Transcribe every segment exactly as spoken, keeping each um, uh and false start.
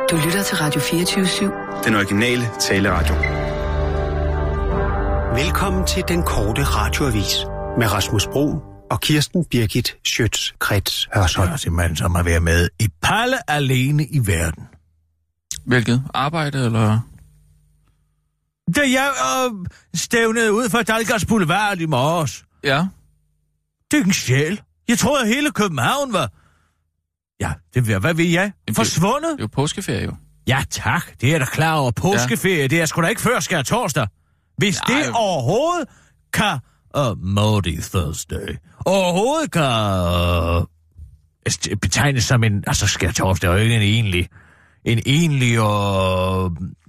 Du lytter til Radio fireogtyve syv. Den originale taleradio. Velkommen til den korte radioavis med Rasmus Bro og Kirsten Birgit Schøtz-Krets Hørsholm. Det er simpelthen som at være med i Palle alene i verden. Hvilket? Arbejde, eller? Da jeg øh, stævnede ud for Dalgas Boulevard i morges. Ja. Det er ikke en sjæl. Jeg troede, at hele København var... Ja, det var, hvad ved jeg? Forsvundet? Det er jo påskeferie, jo. Ja, tak. Det er da klar over. Påskeferie, ja. Det er sgu da ikke før skær torsdag. Hvis Nej. det overhovedet kan... Uh, Maudie Thursday. Overhovedet kan... Uh, betegnes som en... Altså, skær torsdag er jo ikke en egentlig... En egentlig og...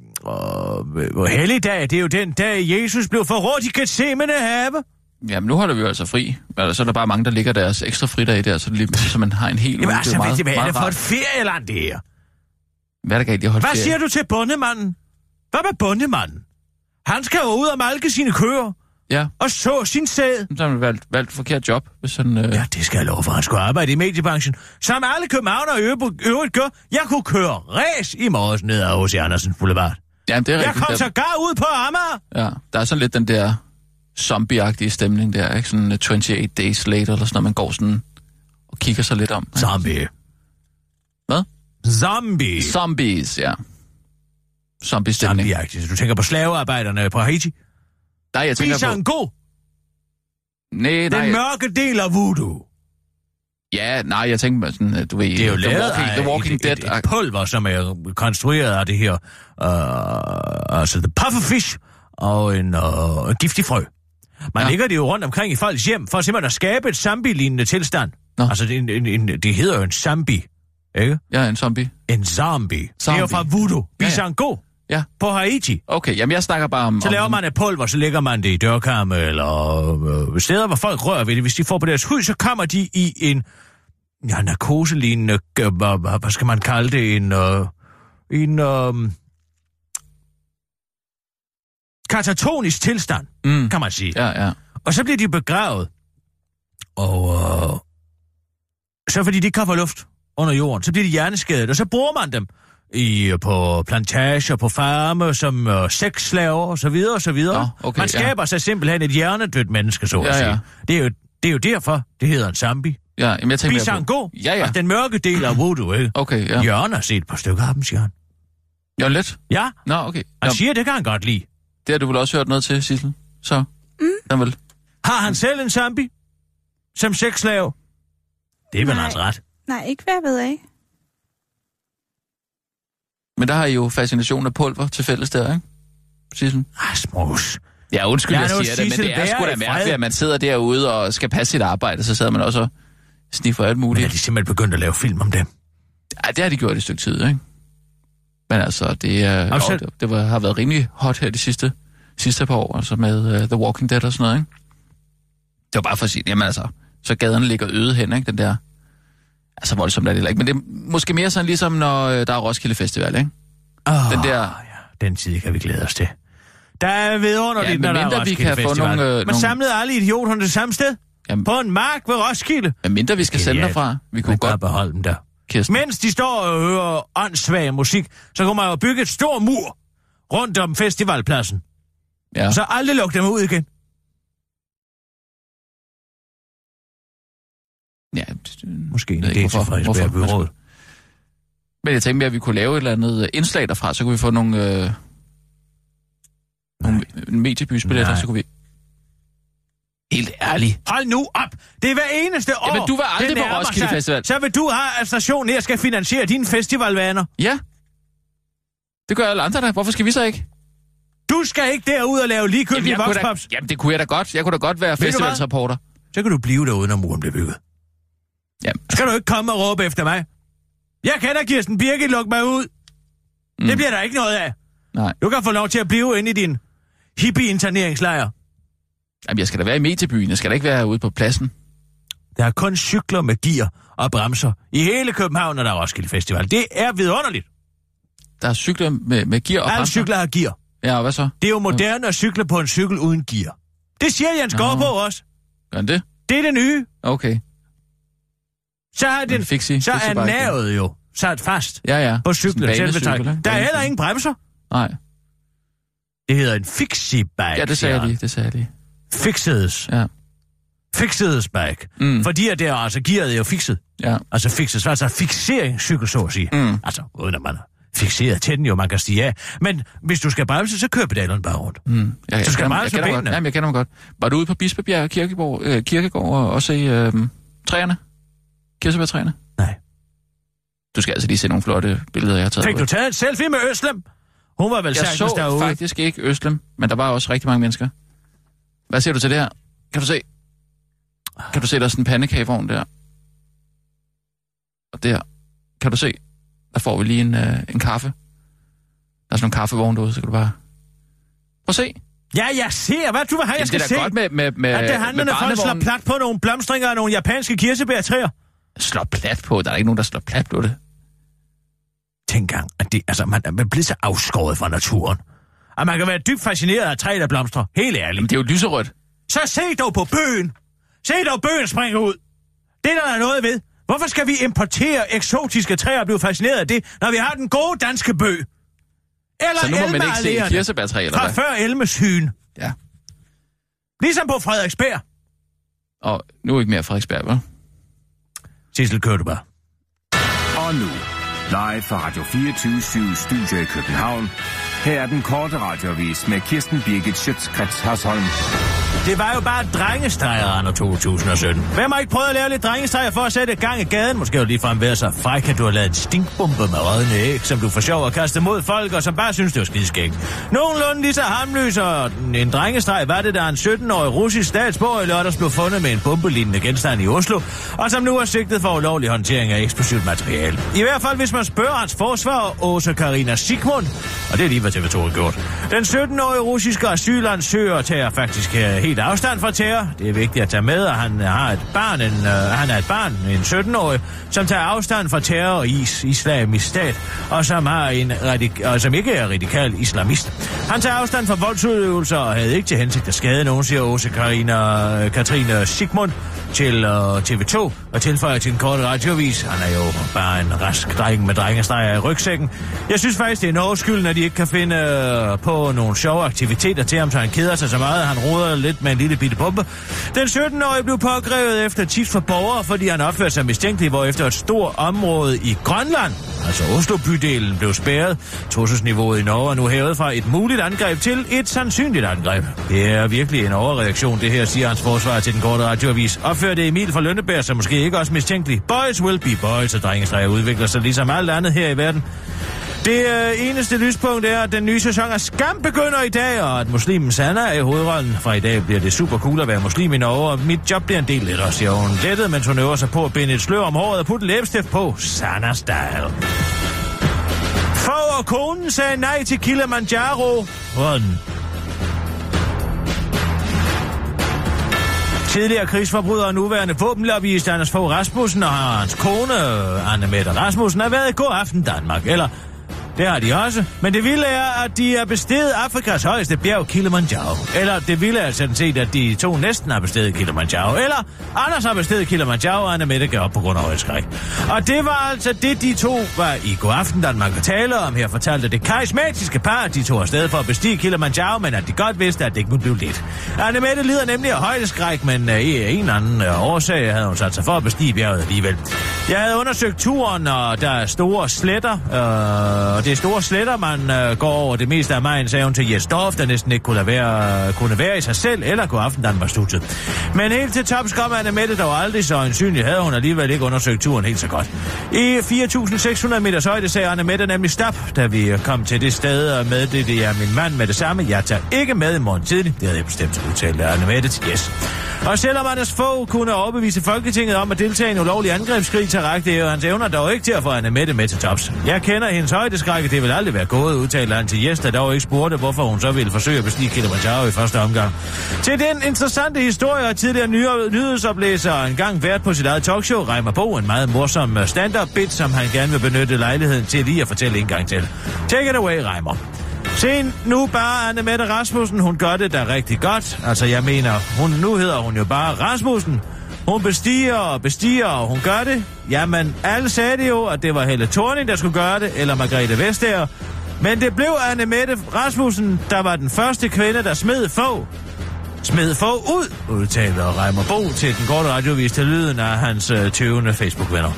Uh, uh, helligdag. Det er jo den dag, Jesus blev forrådt i Gethsemane have. Jamen, nu holder vi jo altså fri. Altså, så er der bare mange, der ligger deres ekstra fridag der, så, lige, så man har en hel Jamen, uge. altså, det er meget, hvad er det for rart. et ferieland, det her? Hvad er der galt, jeg holdt Hvad ferie? siger du til bondemanden? Hvad med bondemanden? Han skal jo ud og malke sine køer. Ja. Og så sin sæd. Så har man valgt, valgt forkert job, hvis han... Øh... Ja, det skal jeg love for, han skulle arbejde i mediebranchen. Som alle københavnere i øvrigt gør. Jeg kunne køre ræs i morges ned ad H C Andersens Boulevard. Ja, det er jeg rigtigt. kom så gar ud på Amager. Ja, der er sådan lidt den der zombie-agtige stemning der, ikke? Sådan uh, twenty-eight days later, eller sådan noget, man går sådan og kigger sig lidt om. Zombie. Hvad? Zombie. Zombies, ja. Zombie-stemning. Zombie-agtigt. Du tænker på slavearbejderne på Haiti? Nej, jeg tænker Bisango. på... Nej, nej. Den mørke del af voodoo. Ja, nej, jeg tænker på sådan, du ved... Det er jo lavet Walking, af The Walking et, Dead. et, et pulver, som er konstrueret af det her... Uh, altså, the pufferfish og en uh, giftig frø. Man ja. lægger det jo rundt omkring i folks hjem, for simpelthen at skabe et zombie-lignende tilstand. Nå. Altså, det, en, en, det hedder jo en zombie, ikke? Ja, en zombie. En zombie. zombie. Det er jo fra voodoo. Bisango. Ja, ja. På Haiti. Okay, jamen jeg snakker bare om... Så laver om... man et pulver, så lægger man det i dørkarme, eller øh, steder, hvor folk rører ved det. Hvis de får på deres hud, så kommer de i en... Ja, narkoselignende... Øh, hvad, hvad skal man kalde det? En... Øh, en... Øh, katatonisk tilstand, mm. kan man sige. Ja, ja. Og så bliver de begravet. Og øh, så fordi de ikke kan få luft under jorden, så bliver de hjerneskadet, og så bruger man dem i, på plantager, på farme, som øh, sexslaver, og så videre, og så videre. Nå, okay, man skaber ja. sig simpelthen et hjernedødt menneske, så at ja, sige. Ja. Det er jo, det er jo derfor, det hedder en zombie. Ja, jamen jeg tænker Bisango, ja, ja. og den mørke del af voodoo, ikke? Okay, ja. Jørgen har set et par stykker af dem, siger han. Ja, lidt? Ja. Nå, okay. Han Nå. siger, det kan han godt lide. Det har du vel også hørt noget til, Sissel? Så, mm. den vel. Har han selv en zombie? Som sexslave? Det er vel Nej. hans ret. Nej, ikke hvad jeg ved af. Men der har I jo fascination af pulver til fælles der, ikke? Sissel? Rasmus. Ja, undskyld, Ja, jeg nu siger det, men Sissel, det er vær sgu da i fred. mærkeligt, at man sidder derude og skal passe sit arbejde, så sidder man også og sniffer alt Men muligt. er de simpelthen begyndt at lave film om dem? Ja, det har de gjort i et stykke tid, ikke? Men altså, det, er, Og så- jo, det, det var, har været rimelig hot her de sidste, sidste par år, altså med uh, The Walking Dead og sådan noget, ikke? Det var bare for at sige, jamen altså, så gaderne ligger øde hen, ikke? Den der, altså voldsomt er det ikke, men det er måske mere sådan ligesom, når øh, der er Roskilde Festival, ikke? Oh, Den der... Ja, den tid kan vi glæde os til. Der er vidunderligt, Ja, når der er medmindre vi Roskilde kan få Festival. nogle, øh, Man nogle- samlede alle idioterne det samme sted. Jamen, På en mark ved Roskilde. men mindre vi skal sende Genialt. derfra, vi kunne Man kan godt... beholde dem der. Kirsten. Mens de står og hører åndssvag musik, så kunne man jo bygge et stor mur rundt om festivalpladsen. Ja. Så aldrig lukke dem ud igen. Ja, det- Måske en Jeg ved ikke, idé til hvorfor- Frederiksberg hvorfor- Byråd. Men jeg tænkte mere, at vi kunne lave et eller andet indslag derfra, så kunne vi få nogle, øh, nogle mediebysbilletter, Nej. så kunne vi... Helt ærligt. Hold nu op! Det er hver eneste år, Jamen, du var aldrig det på nærmer Roskilde sig. Festival. Så vil du have, at stationen her skal finansiere dine festivalvaner. Ja. Det gør alle andre da. Hvorfor skal vi så ikke? Du skal ikke derud og lave ligegyldige jeg kunne da, vokspops. jamen, det kunne jeg da godt. Jeg kunne da godt være du hvad? festivalsreporter. Så kan du blive derude, når muren bliver bygget. Jamen, Så skal du ikke komme og råbe efter mig. Jeg kender Kirsten Birgit, luk mig ud. Mm. Det bliver der ikke noget af. nej. Du kan få lov til at blive inde i din hippie-interneringslejr. Jamen, jeg skal da være i mediebyen. Jeg skal da ikke være ude på pladsen. Der er kun cykler med gear og bremser i hele København, når der er Roskilde Festival. Det er vidunderligt. Der er cykler med, med gear og Alle bremser. cykler har gear. Ja, og hvad så? Det er jo moderne at cykle på en cykel uden gear. Det siger Jens Gård på også. Gør den det? Det er det nye. Okay. Så er, den, Fixie, så er fixie bike, navet jo sat fast Ja, ja. på cyklen. Sådan en Selve banecykel, træk. ikke? Der er heller ingen bremser. Nej. Det hedder en fixie-bike. Ja, det sagde jeg lige, det sagde jeg lige. Fixedes. Ja. Fixedes bike. Mm. Fordi at det er, altså gearet er jo fixet. Ja. Altså fixet, altså fixeringscykel, så at sige. Mm. Altså, uden at man er fixeret til den jo, man kan sige ja. Men hvis du skal bremse, så kører pedalerne bare rundt. Mm. Jeg, Så skal jeg, man jeg, altså jeg, kender benene. godt. Jamen, jeg kender mig godt. Var du ude på Bispebjerg Kirkegård, øh, Kirkegård og, og se øh, træerne? Kirsebærtræerne? Nej. Du skal altså lige se nogle flotte billeder, jeg har taget. Fik du taget en selfie med Øslem? Hun var vel Jeg sagtens så derude. faktisk ikke Øslem, men der var også rigtig mange mennesker. Hvad siger du til det her? Kan du se? Kan du se, der er sådan en pandekagevogn der? Og der. Kan du se? Der får vi lige en, øh, en kaffe. Der er sådan en kaffevogn derude, så kan du bare... Prøv at se. Ja, jeg ser. Hvad du vil have, jeg Jamen, skal det er se? da godt med, med, med, At det handler, med når folk slår barnevognen. plat på nogle blomstringer og nogle japanske kirsebærtræer. Slår plat på? Der er ikke nogen, der slår plat på det. Tænk engang, at det, altså, man er blevet så afskåret fra naturen. At man kan være dybt fascineret af træet der blomstrer. Helt ærligt. Men det er jo lyserødt. Så se dog på bøgen. Se dog bøgen springe ud. Det der er noget ved. Hvorfor skal vi importere eksotiske træer og blive fascineret af det, når vi har den gode danske bøg? Eller Så nu må man ikke se elmeallererne kirsebærtræ, eller fra hvad? før Elmeshyen. Ja. Ligesom på Frederiksberg. Og nu ikke mere Frederiksberg, vel? Sissel, kører du bare. Og nu, live fra Radio fireogtyve syv Studio i København. Her er den korte radioavis med Kirsten Birgit Schøtz-Krets Hasholm. Det var jo bare drengestreger, Anno to tusind og sytten. Hvem har ikke prøvet at lave lidt drengestreger for at sætte gang i gaden? Måske jo ligefrem være så fræk, at du har lavet en stinkbombe med rødne æg, som du får sjov at kaste mod folk, og som bare synes, det var skideskægt. Nogenlunde lige så harmløs og en drengestreg var det, der en sytten-årig russisk statsborger i lørdags blev fundet med en bombelignende genstand i Oslo, og som nu er sigtet for ulovlig håndtering af eksplosivt materiale. I hvert fald, hvis man spørger hans forsvar, Åse Karina Sigmund, og det er lige, hvad T V to har gjort. Den sytten-årige russiske asylansøger tager faktisk helt afstand fra terror. Det er vigtigt at tage med, at han har et barn, en, uh, han er et barn, en sytten-årig, som tager afstand fra terror og is, islamisk stat, og som, har en radik- og som ikke er radikal islamist. Han tager afstand fra voldsudøvelser og havde ikke til hensigt at skade nogen, siger Åse Karina, Katrine Sigmund til uh, T V to og tilføjer til en kort radioavis. Han er jo bare en rask dreng med drengestreger i rygsækken. Jeg synes faktisk, det er Norges skyld, at de ikke kan finde uh, på nogle sjove aktiviteter til ham, så han keder sig så meget, at han roder lidt med en lille bitte bombe. Den sytten-årige blev pågrevet efter tips fra borgere, fordi han opførte sig mistænkelig, hvor efter et stort område i Grønland, altså Oslo-bydelen, blev spærret. Trusselsniveauet i Norge er nu hævet fra et muligt angreb til et sandsynligt angreb. Det er virkelig en overreaktion, det her, siger hans forsvar til den korte radioavis. Opførte Emil fra Lønneberg, som måske ikke også mistænkelig. Boys will be boys, og drengestreger udvikler sig ligesom alt andet her i verden. Det øh, eneste lyspunkt er, at den nye sæson af Skam begynder i dag, og at muslimen Sanna er i hovedrollen. Fra i dag bliver det super cool at være muslim i Norge, og mit job bliver en del lettere, siger hun lettet, mens hun øver sig på at binde et slør om håret og putte læbestift på. Sanna-style. Fogh og konen sagde nej til Kilimanjaro. Run. Tidligere krigsforbryder og nuværende våbenlobbyist Anders Fogh Rasmussen og hans kone Anne-Mette Rasmussen har været i God Aften Danmark, eller det har de også, men det vilde er, at de har besteget Afrikas højeste bjerg, Kilimanjaro. Eller det vilde er sådan set, at de to næsten har besteget Kilimanjaro. Eller Anders har besteget Kilimanjaro, og Anne-Mette gav op på grund af højdeskræk. Og det var altså det, de to var i God Aften Danmark at tale om. Her fortalte det karismatiske par, at de tog afsted for at bestige Kilimanjaro, men at de godt vidste, at det ikke ville blive lidt. Anne-Mette lider nemlig af højdeskræk, men uh, i en eller anden uh, årsag havde hun sat sig for at bestige bjerget alligevel. Jeg havde undersøgt turen, og der er store sletter, uh, det er store sletter, man øh, går over det meste af vejen, sagde hun til Jes Dorf, der næsten ikke kunne, lade være, kunne være i sig selv, eller gå aften Danmark-studiet. Men helt til tops kom Anne-Mette dog aldrig, så øjensynligt havde hun alligevel ikke undersøgt turen helt så godt. I fire tusind seks hundrede meters højde sagde Anne-Mette nemlig stop, da vi kom til det sted, og med det, det er min mand med det samme. Jeg tager ikke med i morgen tidlig. Det havde jeg bestemt udtalt af Anne-Mette til Jes. Og selvom Anders Fogh kunne overbevise Folketinget om at deltage i en ulovlig angrebskrig, så rakte det jo hans evner dog ikke til at få Anne-Mette med til tops. Jeg kender hendes højdeskræk, det vil aldrig være gået, udtalte han til Jes, der dog ikke spurgte, hvorfor hun så ville forsøge at bestige Kilimanjaro i første omgang. Til den interessante historie og tidligere nyhedsoplæser en gang vært på sit eget talkshow, Reimer Bo, en meget morsom stand-up-bit, som han gerne vil benytte lejligheden til lige at fortælle en gang til. Take it away, Reimer. Se nu bare Anne-Mette Rasmussen, hun gør det da rigtig godt. Altså jeg mener, hun, nu hedder hun jo bare Rasmussen. Hun bestiger og bestiger, og hun gør det. Jamen, alle sagde det jo, at det var Helle Thorning, der skulle gøre det, eller Margrethe Vestager. Men det blev Anne Mette Rasmussen, der var den første kvinde, der smed få. Smed få ud, udtaler Reimer Bo til den korte radiovis til lyden af hans øh, tyvende Facebook-venner.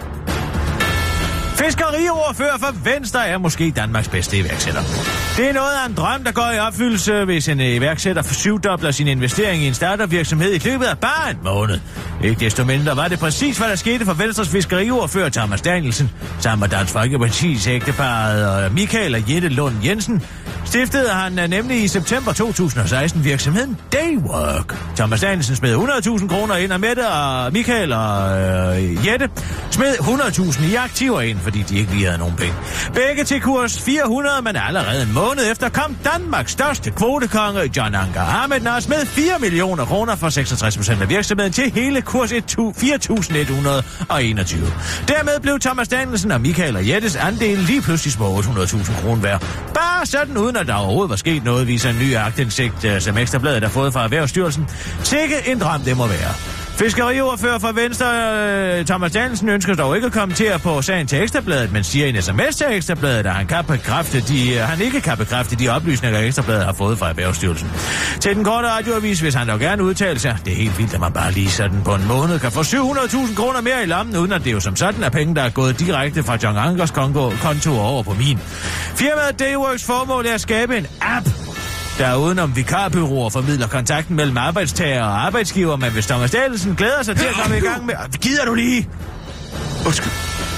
Fiskeriordfører for Venstre er måske Danmarks bedste iværksætter. Det er noget af en drøm, der går i opfyldelse, hvis en iværksætter syvdobler sin investering i en startup-virksomhed i løbet af bare en måned. Ikke desto mindre var det præcis, hvad der skete for Venstres fiskeriordfører Thomas Danielsen, sammen med Dansk Folkepartis ægteparret Michael og Jette Lund Jensen, stiftede han nemlig i september to tusind og seksten virksomheden Daywork. Thomas Danielsen smed hundrede tusind kroner ind, og Mette og Michael og øh, Jette smed hundrede tusind i aktiver ind, fordi de ikke lige havde nogen penge. Begge til kurs fire hundrede, men allerede en måned efter kom Danmarks største kvotekonge, John Anker Ahmednaz, med fire millioner kroner for seksogtres procent af virksomheden til hele kurs fire tusind et hundrede og enogtyve. Dermed blev Thomas Danielsen og Michael og Jettes andel lige pludselig små otte hundrede tusind kroner hver. Bare sådan uden at der overhovedet var sket noget, viser en ny aktindsigt, som Ekstrabladet har fået fra Erhvervsstyrelsen. Sikke en drøm det må være. Fiskeriordfører for Venstre, Thomas Danielsen, ønsker dog ikke at kommentere på sagen til Ekstrabladet, men siger i en sms til Ekstrabladet, at han, kan bekræfte de, han ikke kan bekræfte de oplysninger, Ekstrabladet har fået fra Erhvervsstyrelsen. Til den korte radioavis, hvis han dog gerne udtale sig, det er helt vildt, at man bare lige sådan på en måned kan få syv hundrede tusind kroner mere i lommen, uden at det jo som sådan er penge, der er gået direkte fra John Ankers konto over på min. Firmaet Dayworks formål er at skabe en app, der udenom vikarbyråer formidler kontakten mellem arbejdstager og arbejdsgiver, men hvis Thomas Danielsen glæder sig til at komme i gang med... Gider du lige? Undskyld.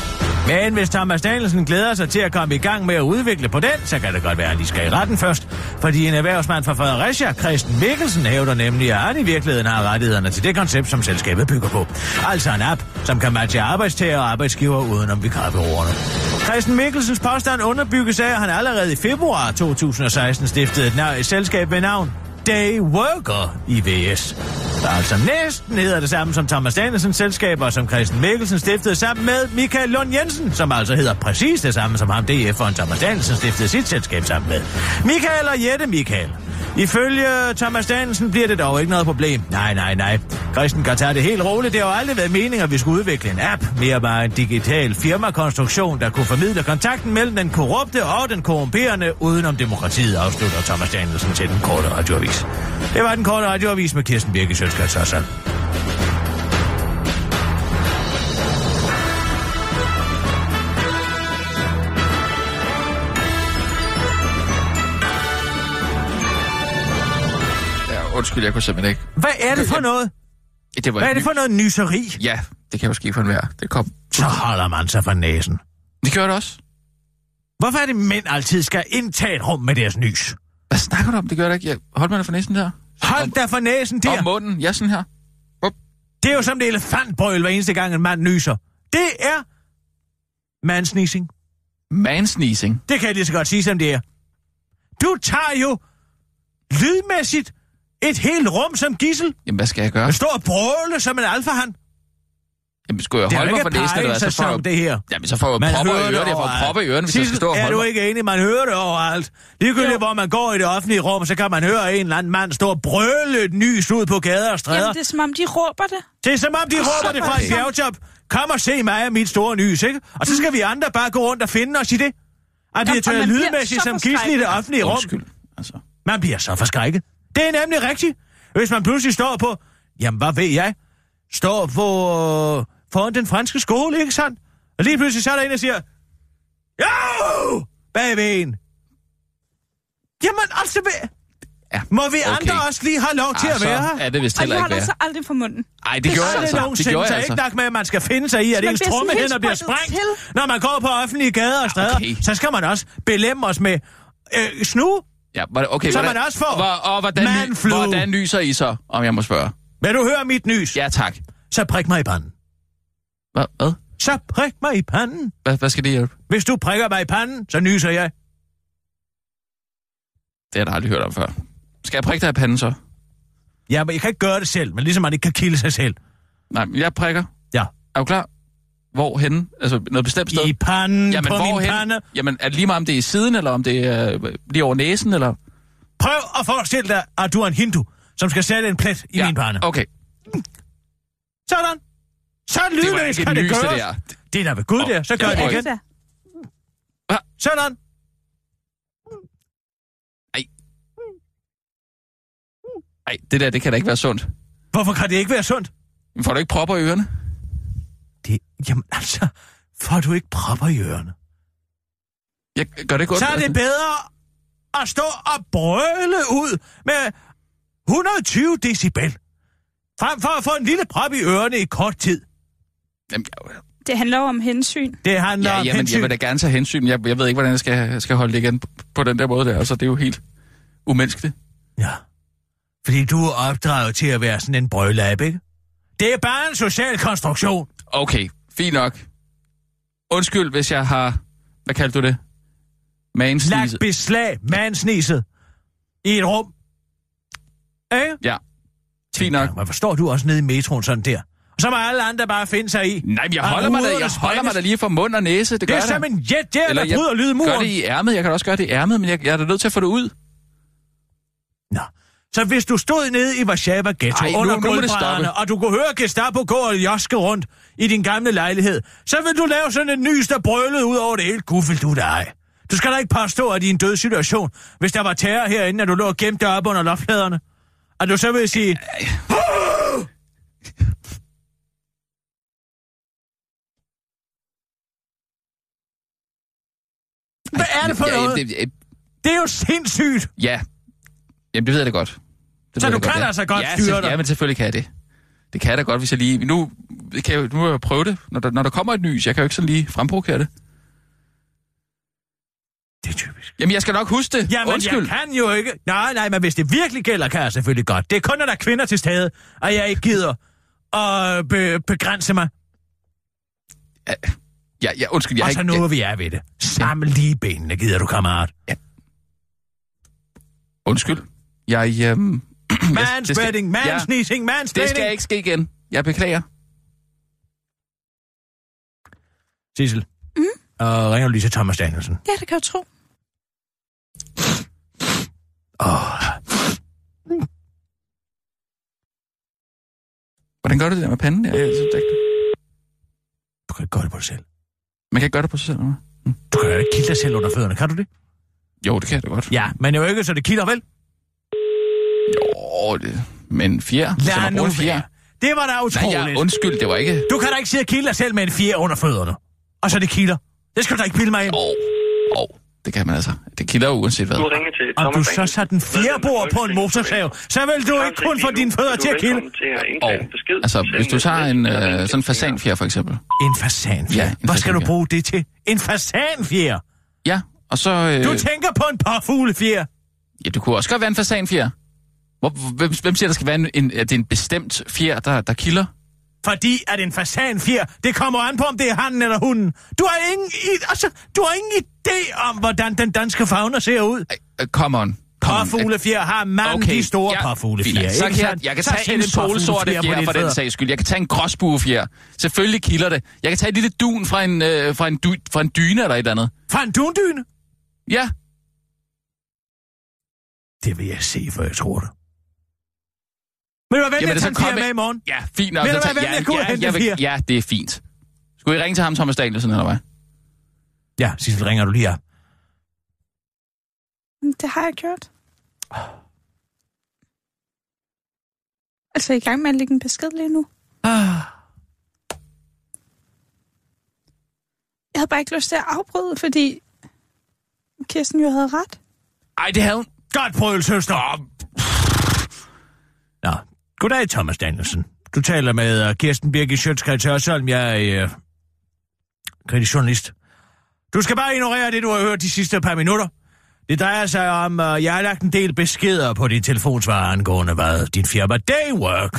Men hvis Thomas Danielsen glæder sig til at komme i gang med at udvikle på den, så kan det godt være, at de skal i retten først. Fordi en erhvervsmand fra Fredericia, Christen Mikkelsen, hævder nemlig, at han i virkeligheden har rettighederne til det koncept, som selskabet bygger på. Altså en app, som kan matche arbejdstager og arbejdsgiver udenom vikarbyråerne. Christen Mikkelsens påstand underbygges af, at han allerede i februar to tusind og seksten stiftede et, et selskab ved navn Dayworker I V S. Der altså næsten hedder det samme som Thomas Danielsens selskaber, som Christen Mikkelsen stiftede sammen med Michael Lund Jensen, som altså hedder præcis det samme som ham D F'eren Thomas Danielsen stiftede sit selskab sammen med. Michael og Jette Michael. Ifølge Thomas Danielsen bliver det dog ikke noget problem. Nej, nej, nej. Christen kan tage det helt roligt. Det har jo aldrig været meningen, at vi skulle udvikle en app. Mere bare en digital firmakonstruktion, der kunne formidle kontakten mellem den korrupte og den korrumperende udenom demokratiet, afslutter Thomas Danielsen til den korte radioavis. Det var den korte radioavis med Kirsten Birke Sjøtskrets Hørsholm. Undskyld, jeg kunne simpelthen ikke. Hvad er det for noget? Det var Hvad er det for noget nyseri? Ja, det kan jo ske for enhver. Det kom. Så holder man sig for næsen. Det gør det også. Hvorfor er det mænd altid skal indtage et rum med deres nys? Hvad snakker du om? Det gør det ikke. Jeg... Hold mig da for næsen der. Hold da for næsen der. Og munden. Ja, sådan her. Up. Det er jo som det elefantbrøl, hver eneste gang en mand nyser. Det er mansnising. Mansnising? Det kan jeg lige så godt sige, som det er. Du tager jo lydmæssigt et helt rum som gidsel. Jamen, hvad skal jeg gøre? Jeg står og brøle som en alfahand. Jamen, skulle jeg holde mig for næsen, eller så får jeg... det her. Jamen, så får jeg propper i ørerne. Jeg får propper i ørerne, hvis jeg skal stå og holde mig. Er du ikke enig? Man hører det overalt. Ligegyldigt, hvor man går i det offentlige rum, så kan man høre en eller anden mand stå og brøle et nys ud på gader og stræder. Jamen, det er som om, de råber det. Det er som om, de oh, råber det fra et bjergtop. Kom og se mig og mit store nys, ikke? Og så skal vi andre bare gå rundt og finde os i det. At vi tager lydmæssigt som gidsel i det offentlige rum. Undskyld, altså. Man bliver så forskrækket. Det er nemlig rigtigt. Hvis man pludselig står på, jamen hvad ved jeg, står på øh, foran den franske skole, ikke sandt? Og lige pludselig så er der en, der siger, jo, bagved en. Jamen altså, ja, må vi okay. andre også lige have lov til ah, at være her? Er det vist heller ikke være. Og så aldrig for munden. Ej, det, det gjorde jeg altså. Det, det gjorde jeg altså. Ikke nok med, at man skal finde sig i, at ens trommehænder bliver sprængt, til. Når man går på offentlige gader og stræder. Okay. Så skal man også belemme os med øh, snue. Ja, okay, så hvordan, man også får hvor, og hvordan, ny, hvordan nyser I så, om jeg må spørge? Vil du høre mit nys? Ja, tak. Så prik mig i panden. Hvad? Hvad? Så prik mig i panden. Hvad, hvad skal det hjælpe? Hvis du prikker mig i panden, så nyser jeg. Det har jeg da aldrig hørt om før. Skal jeg prikke dig i panden så? Ja, men jeg kan ikke gøre det selv, men ligesom man ikke kan kilde sig selv. Nej, men jeg prikker. Ja. Er du klar? Hvor henne? Altså noget bestemt sted? I panden, Jamen, på min hen? pande. Jamen, er det lige meget, om det er i siden, eller om det er lige over næsen, eller? Prøv at forestille dig, at du er en hindu, som skal sætte en plet i ja, min pande. Okay. Sådan. Så lydløs kan det gøres. Der. Det er da ved Gud oh, der, så gør det igen. Der. Sådan. Ej. Ej, det der, det kan da ikke være sundt. Hvorfor kan det ikke være sundt? Men får du ikke propper i ørerne? Det, jamen altså, får du ikke propper i ørerne? Jeg gør det godt. Så er det bedre at stå og brøle ud med et hundrede og tyve decibel, frem for at få en lille prop i ørerne i kort tid. Jamen, Det handler jo om hensyn. Det handler ja, om jamen, hensyn. jeg vil da gerne tage hensyn. Jeg, jeg ved ikke, hvordan jeg skal, skal holde det igen på, på den der måde der. Altså, det er jo helt umenneskeligt. Ja, fordi du er opdraget til at være sådan en brølab, ikke? Det er bare en social konstruktion. Okay, fint nok. Undskyld, hvis jeg har... Hvad kaldte du det? Mansniset. Lagt beslag, mansniset, i et rum. Ikke? Ja, fint nok. Men forstår du også nede i metroen sådan der? Og så må alle andre bare finde sig i. Nej, men jeg Og holder mig da, hovedet jeg springes. holder mig da lige for mund og næse. Det, Det gør er jeg da. som en jet der, Eller der jeg bryder lydmuren. gør det i ærmet. Jeg kan da også gøre det i ærmet, men jeg, jeg er da nødt til at få det ud. Nå. Så hvis du stod nede i Warszawa Ghetto Ej, nu- under nu må det gulvbrædderne, stoppe. og du kunne høre Gestapo gå og joske rundt i din gamle lejlighed, så vil du lave sådan en nys, der brølede ud over det hele. Gud, vil du dig. Du skal da ikke påstå, at i en død situation, hvis der var terror herinde, at du lå og gemte dig op under loftpladerne, at du så vil sige... Hvad er det for ja, noget? Det, det, Det er jo sindssygt. ja, jamen det ved jeg da godt. Det Så ved du jeg kan godt, ja. altså godt ja, styre selv- dig? Ja, men selvfølgelig kan jeg det. Det kan jeg da godt, hvis jeg lige... Nu kan jeg, nu må jeg prøve det, når der, når der kommer et nys. Jeg kan jo ikke sådan lige fremprovokere det. Det er typisk. Jamen, jeg skal nok huske det. Jamen, Undskyld. jeg kan jo ikke... Nej, nej, men hvis det virkelig gælder, kan jeg selvfølgelig godt. Det er kun, når der er kvinder til stede, og jeg ikke gider at be- begrænse mig. Ja, ja, undskyld. Jeg Og har så ikke... nu er vi er ved det. Sammen lige benene, gider du, kammerat. Ja. Undskyld. Jeg... Øhm... Manspreading, mansneezing, Det mansplaining. skal ikke ske igen. Jeg beklager. Sissel. Mm? Og ringer du lige til Thomas Danielsen. Ja, det kan jeg tro. Åh, Hvordan gør du det der med panden der? Jeg synes, det er- du kan ikke gøre det på dig selv. Man kan ikke gøre det på sig selv, eller hvad? Du kan jo ikke kilde dig selv under fødderne, kan du det? Jo, det kan jeg da godt. Ja, men jo ikke, så det kilder, vel? Jo, det... Men fjer? Skal Lad man nu bruge en fjer? være. Det var da Nej, utroligt. ja, undskyld, det var ikke... Du kan da ikke sidde og kilde dig selv med en fjer under fødderne. Og så det kilder. Det skal du da ikke bilde mig ind. Åh, oh, oh, det kan man altså. Det kilder jo uanset hvad. Du ringer til Om Thomas du så satte en fjerbord på en motorsav, så vil du ikke kun få dine fødder til at kilde. Og, altså, hvis du tager en øh, sådan en fasanfjer for eksempel. En fasanfjer? Ja, en Hvad skal du fasanfjer. bruge det til? En fasanfjer? Ja, og så... Øh, Du tænker på en påfuglefjer? ja, du kunne også godt være en fasanfjer. Hvor, hvem, hvem siger, der skal være en, en, at det er en bestemt fjer, der, der kilder? Fordi at en fasanfjer, det kommer an på, om det er hannen eller hunden. Du har ingen, i- altså, du har ingen idé om, hvordan den danske fauna ser ud. Ej, uh, come on. Come on. Påfuglefjer har mange okay. de store ja, påfuglefjer. fint. Så ikke kan jeg, sandt? jeg kan Så tage sæt en polsorte påfuglefjer på fjer dine for den fødder. sags skyld. Jeg kan tage en gråsbuefjer. Selvfølgelig kilder det. Jeg kan tage et lille dun fra en, øh, fra en, du, fra en dyne eller et eller andet. Fra en dundyne? Ja. Det vil jeg se, for jeg tror det. Men du være venlig Jamen, at så tage en fjer kom med i morgen? Ja, fint nok. Vil du Så være tag- venlig at gå og hente jeg en vil- fjer? Ja, det er fint. Skulle I ringe til ham, Thomas Danielsen, eller hvad? Ja, Sissel, ringer du lige op. Det har jeg gjort. Altså, jeg er i gang med at lægge en besked lige nu. Ah. Jeg havde bare ikke lyst til at afbryde, fordi Kirsten jo havde ret. Ej, det havde hun. Godt prøvet, søster. Nå, goddag, Thomas Danielsen. Du taler med uh, Kirsten Birgit Schøtz-Krets Hørsholm. Jeg er uh, kritisk journalist. Du skal bare ignorere det, du har hørt de sidste par minutter. Det drejer sig om, uh, jeg har lagt en del beskeder på din telefonsvarer angående, hvad din firma Daywork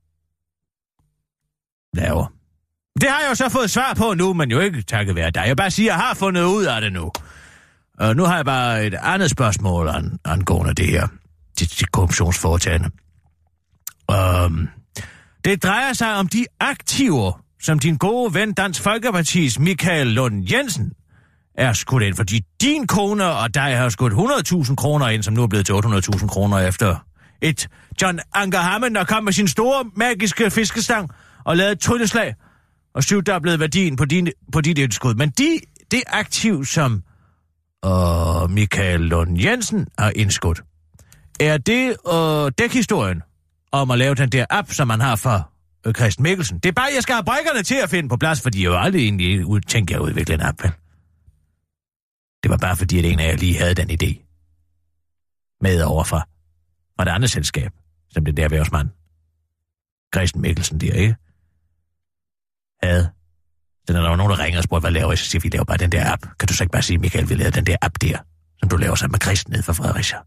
laver. Det har jeg jo så fået svar på nu, men jo ikke takket være dig. Jeg bare siger, jeg har fundet ud af det nu. Og nu har jeg bare et andet spørgsmål an, angående det her. Dit, dit korruptionsforetagende. Um, det drejer sig om de aktiver, som din gode ven Dansk Folkepartis Michael Lund Jensen er skudt ind. Fordi din kone og dig har skudt hundrede tusind kroner ind, som nu er blevet til otte hundrede tusind kroner efter et John Anker Hammen, der kom med sin store magiske fiskestang og lavet et trylleslag og syvdoblede værdien på, din, på dit indskud. Men de, det aktiv, som øh, Michael Lund Jensen har indskudt, er det øh, dækhistorien om at lave den der app, som man har for øh, Christian Mikkelsen. Det er bare, jeg skal have brækkerne til at finde på plads, fordi jeg jo aldrig egentlig ud, tænkte, jeg at udvikle en app. Det var bare fordi, at en af jer lige havde den idé med overfra fra det andet selskab, som det der erhvervsmand, Christian Mikkelsen der, ikke? Havde. Så når der var nogen, der ringede og spurgte, hvad laver I? Så siger vi, laver bare den der app. Kan du så ikke bare sige, Michael, vi laver den der app der, som du laver sammen med Christian nede fra Fredericia?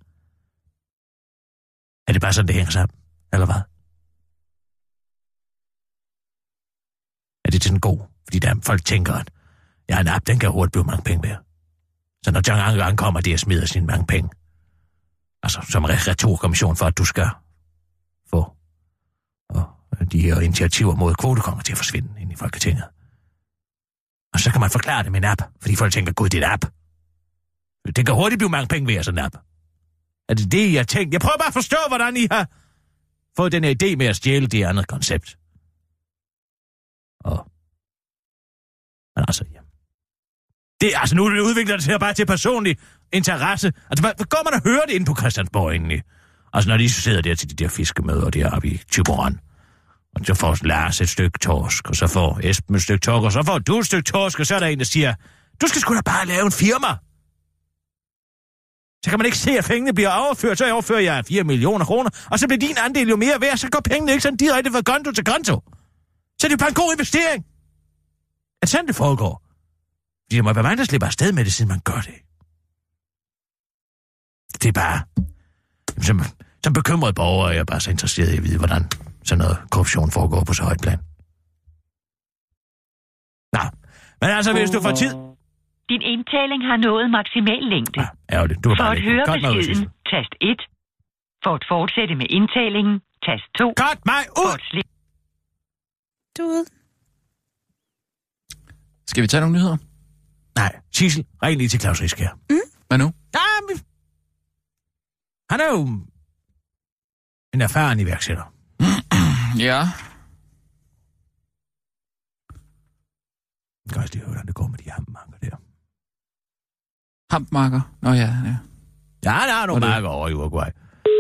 Er det bare sådan, det hænger sammen? Eller hvad? Er det sådan god? Fordi der folk tænker, at jeg har en app, den kan hurtigt blive mange penge mere. Så når John Anker kommer, det og smider sine mange penge. Altså, som returkommission for, at du skal få og de her initiativer mod kvotekonger til at forsvinde ind i Folketinget. Og så kan man forklare det med en app, fordi folk tænker, gud, det er en app. Det kan hurtigt blive mange penge ved sådan en app. Er det det, I har tænkt? Jeg prøver bare at forstå, hvordan I har fået den her idé med at stjæle det andet koncept. Og... Men altså, ja. Det er altså nu, det udvikler det sig bare til personlig interesse. Altså, hvad, hvad går man og hører det inde på Christiansborg egentlig? Altså, når de sidder der til de der fiskemøder deroppe i Thyborøn, og så får Lars et stykke torsk, og så får Esben et stykke torsk, og så får du et stykke torsk, og så er der en, der siger, du skal sgu da bare lave en firma. Så kan man ikke se, at pengene bliver overført, så overfører jeg fire millioner kroner, og så bliver din andel jo mere værd, så går pengene ikke sådan direkte fra konto til konto. Så er det jo bare en god investering. At sådan det foregår. Fordi der må være mange, der slipper afsted med det, siden man gør det. Det er bare... Som, som bekymret borger er jeg bare så interesseret i at vide, hvordan sådan noget korruption foregår på så højt plan. Nå, men altså, hvis du får tid... Din indtaling har nået maksimal længde. Ja, ærgerligt. Du var For bare at ikke. høre Godt beskeden, tast et. For at fortsætte med indtalingen, tast to. Godt mig ud! For at slippe... Du er ude. Skal vi tage nogle nyheder? Nej, Sissel, ring lige til Claus Riskær. Mm? Hvad nu? Ja, men... Han er jo en erfaren iværksætter. Ja. Jeg kan også lige høre, hvordan det går med de hampmarker der. Hampmarker? Nå ja, ja. Ja, der er nogle marker over i Uruguay.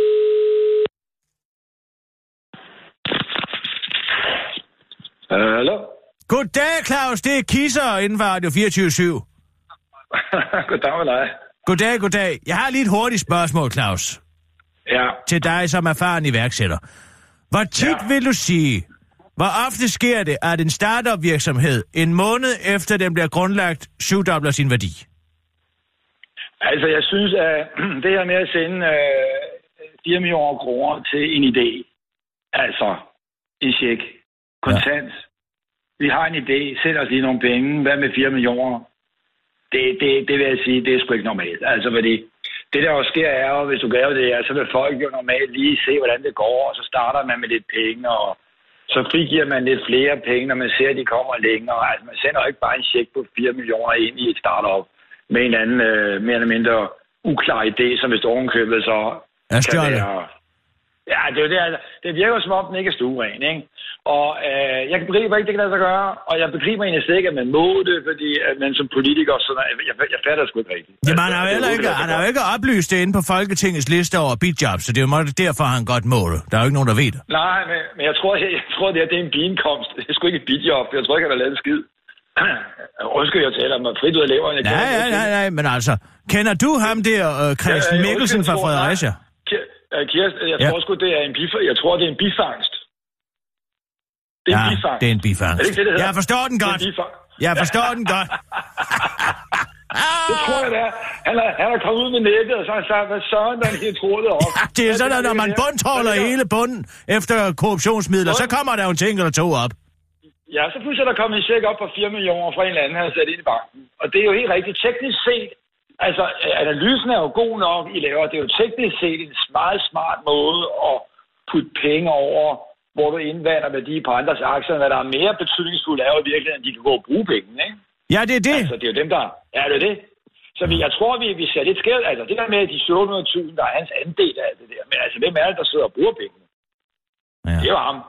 Hallo? Goddag, Claus. Det er Kisser inden for Radio fireogtyve syv. Goddag med dig. Goddag, goddag. Jeg har lige et hurtigt spørgsmål, Claus. Ja. Til dig som erfaren iværksætter. Hvor tit ja. vil du sige, hvor ofte sker det, at en startup-virksomhed en måned efter den bliver grundlagt, syvdobler sin værdi? Altså, jeg synes, at det her med at sende øh, fire millioner kroner til en idé, altså en check, kontant, ja. Vi har en idé, send os lige nogle penge, hvad med fire millioner? Det, det, det vil jeg sige, det er sgu ikke normalt. Altså, fordi det der jo sker er jo, hvis du gør det her, så vil folk jo normalt lige se, hvordan det går, og så starter man med lidt penge, og så frigiver man lidt flere penge, når man ser, at de kommer længere. Altså, man sender jo ikke bare en check på fire millioner ind i et startup med en anden øh, mere eller mindre uklar idé, som hvis ovenkøbet så kan være... Ja, det, er jo det, altså, det virker som om, den ikke er stueren, ikke? Og øh, jeg begriber ikke, det kan lade sig gøre, og jeg begriber egentlig slet ikke, at man må det, fordi at man som politiker, så jeg, jeg, jeg fatter det sgu ikke rigtigt. Jamen, han har jo heller ikke, han har jo ikke oplyst det inde på Folketingets liste over bidjobs, så det er jo derfor, han godt må det. Der er jo ikke nogen, der ved det. Nej, men, men jeg tror, jeg, jeg tror det, er, det er en biindkomst. Det er sgu ikke et bidjob. Jeg tror ikke, han har lavet en skid. Undskyld, jeg taler mig frit ud af leveren. Nej, nej, nej, nej, men altså, kender du ham der, øh, Christian ja, Mikkelsen fra Fredericia? Kirsten, jeg tror ja. sgu, det er en bifangst. Jeg tror, det er en bifangst. Det er ja, en bifangst. det er en bifangst. Er det ikke det, det hedder? Jeg forstår den godt. Jeg forstår den godt. Det tror jeg, det er. Han er, han er kommet ud med nettet, og så har han sagt, hvad søren, der er helt trådet op. Ja, det er sådan, at når man bundtråler hele bunden efter korruptionsmidler, så kommer der jo en ting eller to op. Ja, så pludselig er der kommet en check op på fire millioner fra en eller anden, han har sat ind i banken. Og det er jo helt rigtigt. Teknisk set, altså, analysen er jo god nok, I laver. Det er jo teknisk set en meget smart måde at putte penge over, hvor du indvander værdi på andres aktier, hvad der er mere betydningsfuldt er jo i virkeligheden, at de kan gå og bruge pengene, ikke? Ja, det er det. Altså, det er jo dem, der... Ja, det er det. Så vi, jeg tror, vi, vi ser lidt skævt. Altså, det der med de syv hundrede tusind, der er hans andel af det der. Men altså, hvem er det, der sidder og bruger pengene? Ja. Det er jo ham.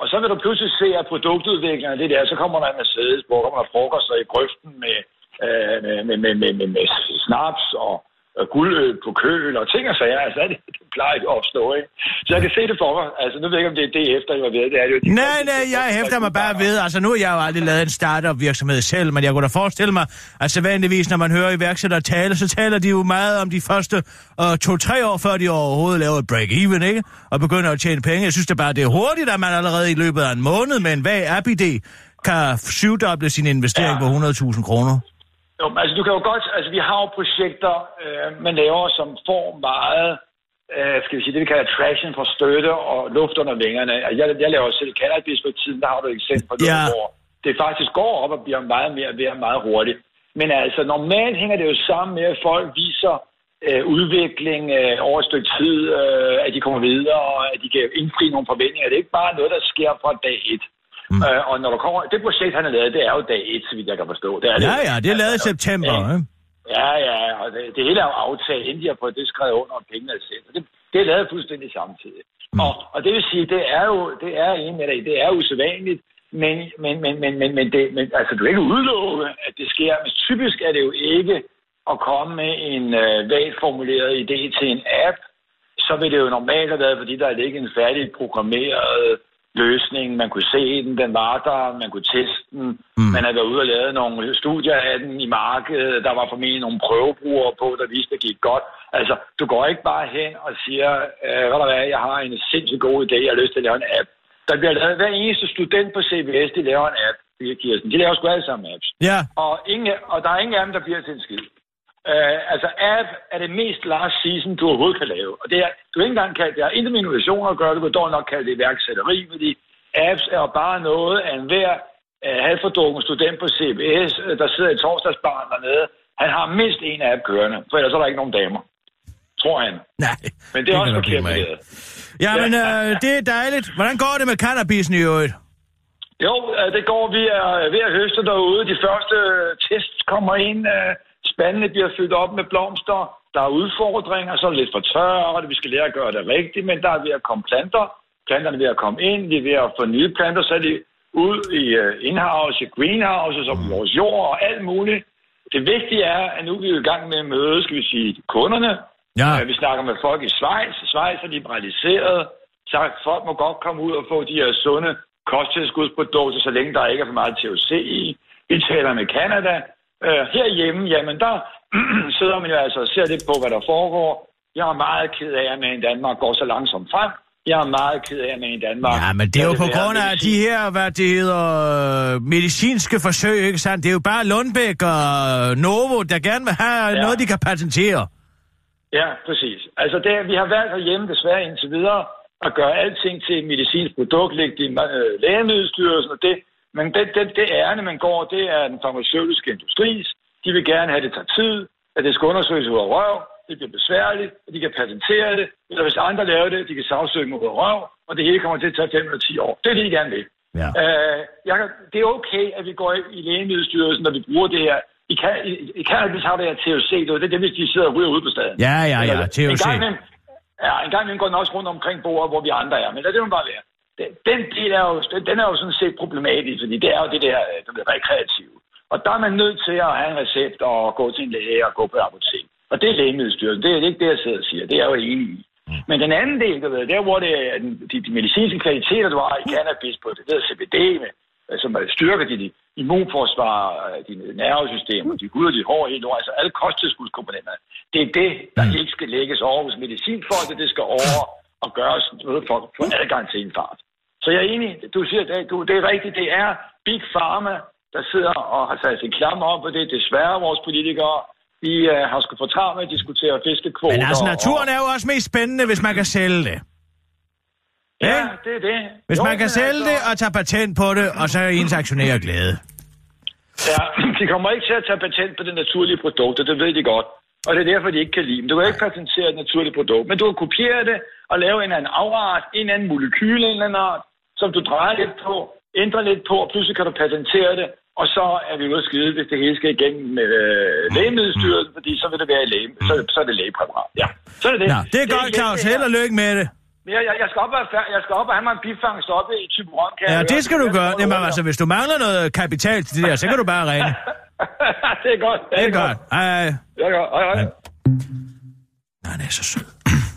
Og så vil du pludselig se, at produktudviklerne, det der, så kommer der en Mercedes, hvor kommer der frokoster i grøften med, øh, med, med, med, med, med, med snaps og øh, guldøl på køl og ting og sager. Altså, det, det plejer ikke at opstå, ikke? Så jeg kan se det for mig. Altså, nu ved jeg ikke, om det er det efter, jeg var ved. Det er det jo. De nej, nej, jeg hæfter mig bare ved. Altså, nu har jeg jo aldrig lavet en startup virksomhed selv, men jeg kunne da forestille mig, at sædvanligvis, når man hører iværksættere tale, så taler de jo meget om de første uh, to-tre år, før de overhovedet laver et break-even, ikke? Og begynder at tjene penge. Jeg synes det bare, det er hurtigt, at man allerede i løbet af en måned med en vag app-idé kan syvdoble sin investering ja. på hundrede tusind kroner. Jo, altså du kan jo godt, altså vi har jo projekter, øh, man laver, som får meget, øh, skal vi sige, det vi kalder traction for støtte og luft under vingerne. Altså, jeg, jeg laver selv cannabis på tiden, der har du et eksempel på noget, ja. hvor det faktisk går op og bliver meget mere ved meget hurtigt. Men altså normalt hænger det jo sammen med, at folk viser øh, udvikling øh, over et stykke tid, øh, at de kommer videre, og at de kan indfri nogle forventninger. Det er ikke bare noget, der sker fra dag et. Mm. Øh, og når der kommer, det projekt, han har lavet, det er jo dag et, så vidt jeg kan forstå. Det er ja, det. ja, det er lavet i september. Ja, ja, ja, og det, det hele er jo aftalt, inden de har fået det skrevet under, og pengene er sendt. Det, det er lavet fuldstændig samtidig. Mm. Og, og det vil sige, det er jo, det er en med det, det er usædvanligt, men, men, men, men, men, men, det, men altså, du kan ikke udelukke, at det sker. Men typisk er det jo ikke at komme med en øh, vagt formuleret idé til en app, så vil det jo normalt have været, fordi der er ikke en færdig programmeret løsning. Man kunne se den, den var der, man kunne teste den. Mm. Man havde været ude og lavet nogle studier af den i markedet. Der var formentlig nogle prøvebrugere på, der viste, at det gik godt. Altså, du går ikke bare hen og siger, øh, hvad der er, jeg har en sindssygt god idé, jeg har lyst til at lave en app. Der bliver lavet, hver eneste student på C B S, de laver en app. De laver sgu alle sammen apps. Ja. Og, ingen, og der er ingen af dem, der bliver til en skid. Uh, altså, app er det mest last season, du overhovedet kan lave. Og det er, du ikke engang kan, det har intet med innovation at gøre, du kan dog nok kalde det iværksætteri, fordi apps er jo bare noget af enhver uh, halvfordrukken student på C B S, uh, der sidder i torsdagsbaren dernede. Han har mindst en app kørende, for ellers er der ikke nogen damer. Tror han. Nej. Men det er det også forkert med det. Ja, men uh, det er dejligt. Hvordan går det med cannabisen i øvrigt? Jo, uh, det går. Vi er ved at høste derude. De første tests kommer ind. Uh, Spandene bliver fyldt op med blomster. Der er udfordringer, så er det lidt for tørre, vi skal lære at gøre det rigtigt, men der er ved at komme planter. Planterne er ved at komme ind, vi er ved at få nye planter, så er de ud i uh, in-house, i greenhouses og på vores jord og alt muligt. Det vigtige er, at nu er vi i gang med at møde, skal vi sige, kunderne. Ja. Uh, vi snakker med folk i Schweiz. Schweiz er liberaliseret, så folk må godt komme ud og få de her sunde kosttilskudsprodukter, så længe der ikke er for meget T H C i. Vi taler med Canada. Uh, herhjemme, jamen der sidder man jo altså og ser lidt på, hvad der foregår. Jeg er meget ked af, at man i Danmark går så langsomt frem. Jeg er meget ked af, at man i Danmark... Ja, men det er jo på grund af de her, hvad det hedder, medicinske forsøg, ikke sandt? Det er jo bare Lundbæk og Novo, der gerne vil have ja. noget, de kan patentere. Ja, præcis. Altså, det, vi har valgt herhjemme desværre indtil videre at gøre alting til et medicinsk produkt, lægge det i øh, Lægemiddelstyrelsen og det. Men det, det, det ærne, man går, det er den farmaceutiske industris. De vil gerne have, det tager tid, at det skal undersøges ud af røv, det bliver besværligt, at de kan patentere det, eller hvis andre laver det, de kan sagsøge dem ud af røv, og det hele kommer til at tage fem eller ti år. Det er det, de gerne vil. Ja. Øh, jeg, det er okay, at vi går i Lægemiddelstyrelsen, når vi bruger det her. I kan, i, i kan hvis har det her T H C, det er det, hvis de sidder og ryger ude på staden. Ja, ja, ja, T H C. En gang imellem, ja, en gang imellem går den også rundt omkring bordet, hvor vi andre er, men lad det jo bare være. Den del er jo, den er jo sådan set problematisk, fordi det er jo det der, der bliver rekreativt. Og der er man nødt til at have en recept og gå til en læge og gå på apotek. Og det er Lægemiddelstyrelsen. Det er ikke det, jeg sidder og siger. Det er jeg jo enig i. Mm. Men den anden del, der ved, der hvor det er de, de medicinske kvaliteter, du har i cannabis på det, det er C B D, med, som styrker dit immunforsvar, dit nervesystem, de hud og dit hår, helt over, altså alle kosttilskudskomponenter. Det er det, der mm. ikke skal lægges over hos medicinfolk, det skal over og gøres noget for, for adgang til en fart. Så jeg er enig. Du siger, det, du, det er rigtigt. Det er Big Pharma, der sidder og har sat sin klammer op på det. Desværre vores politikere, de uh, har sgu for travlt med at diskutere fiskekvoter. Men altså, naturen og... er jo også mest spændende, hvis man kan sælge det. Ja, eh? det er det. Hvis jo, man kan sælge altså... det og tage patent på det, og så er ens aktionærer glade. Ja, de kommer ikke til at tage patent på det naturlige produkter, det ved de godt. Og det er derfor, de ikke kan lide dem. Du kan ikke patentere et naturligt produkt, men du kan kopiere det og lave en anden afart, en anden molekyle, en eller anden art, som du drejer lidt på, ændrer lidt på, og pludselig kan du patentere det, og så er vi ude at skide, hvis det hele skal igennem med øh, Lægemiddelstyrelsen, fordi så vil det være læge, så, så er det lægepræparat. Ja, så er det det. Nå, det er det godt, Claus. Held og lykke med det. Men jeg, jeg, jeg, skal op og, jeg skal op og have mig en bifangst oppe i Thyborøn. Ja, det skal du gøre. Jamen altså, hvis du mangler noget kapital til det der, så kan du bare ringe. Det er godt. Det er godt. Hej, hej. Det er godt. Hej, hej. Han er så sød.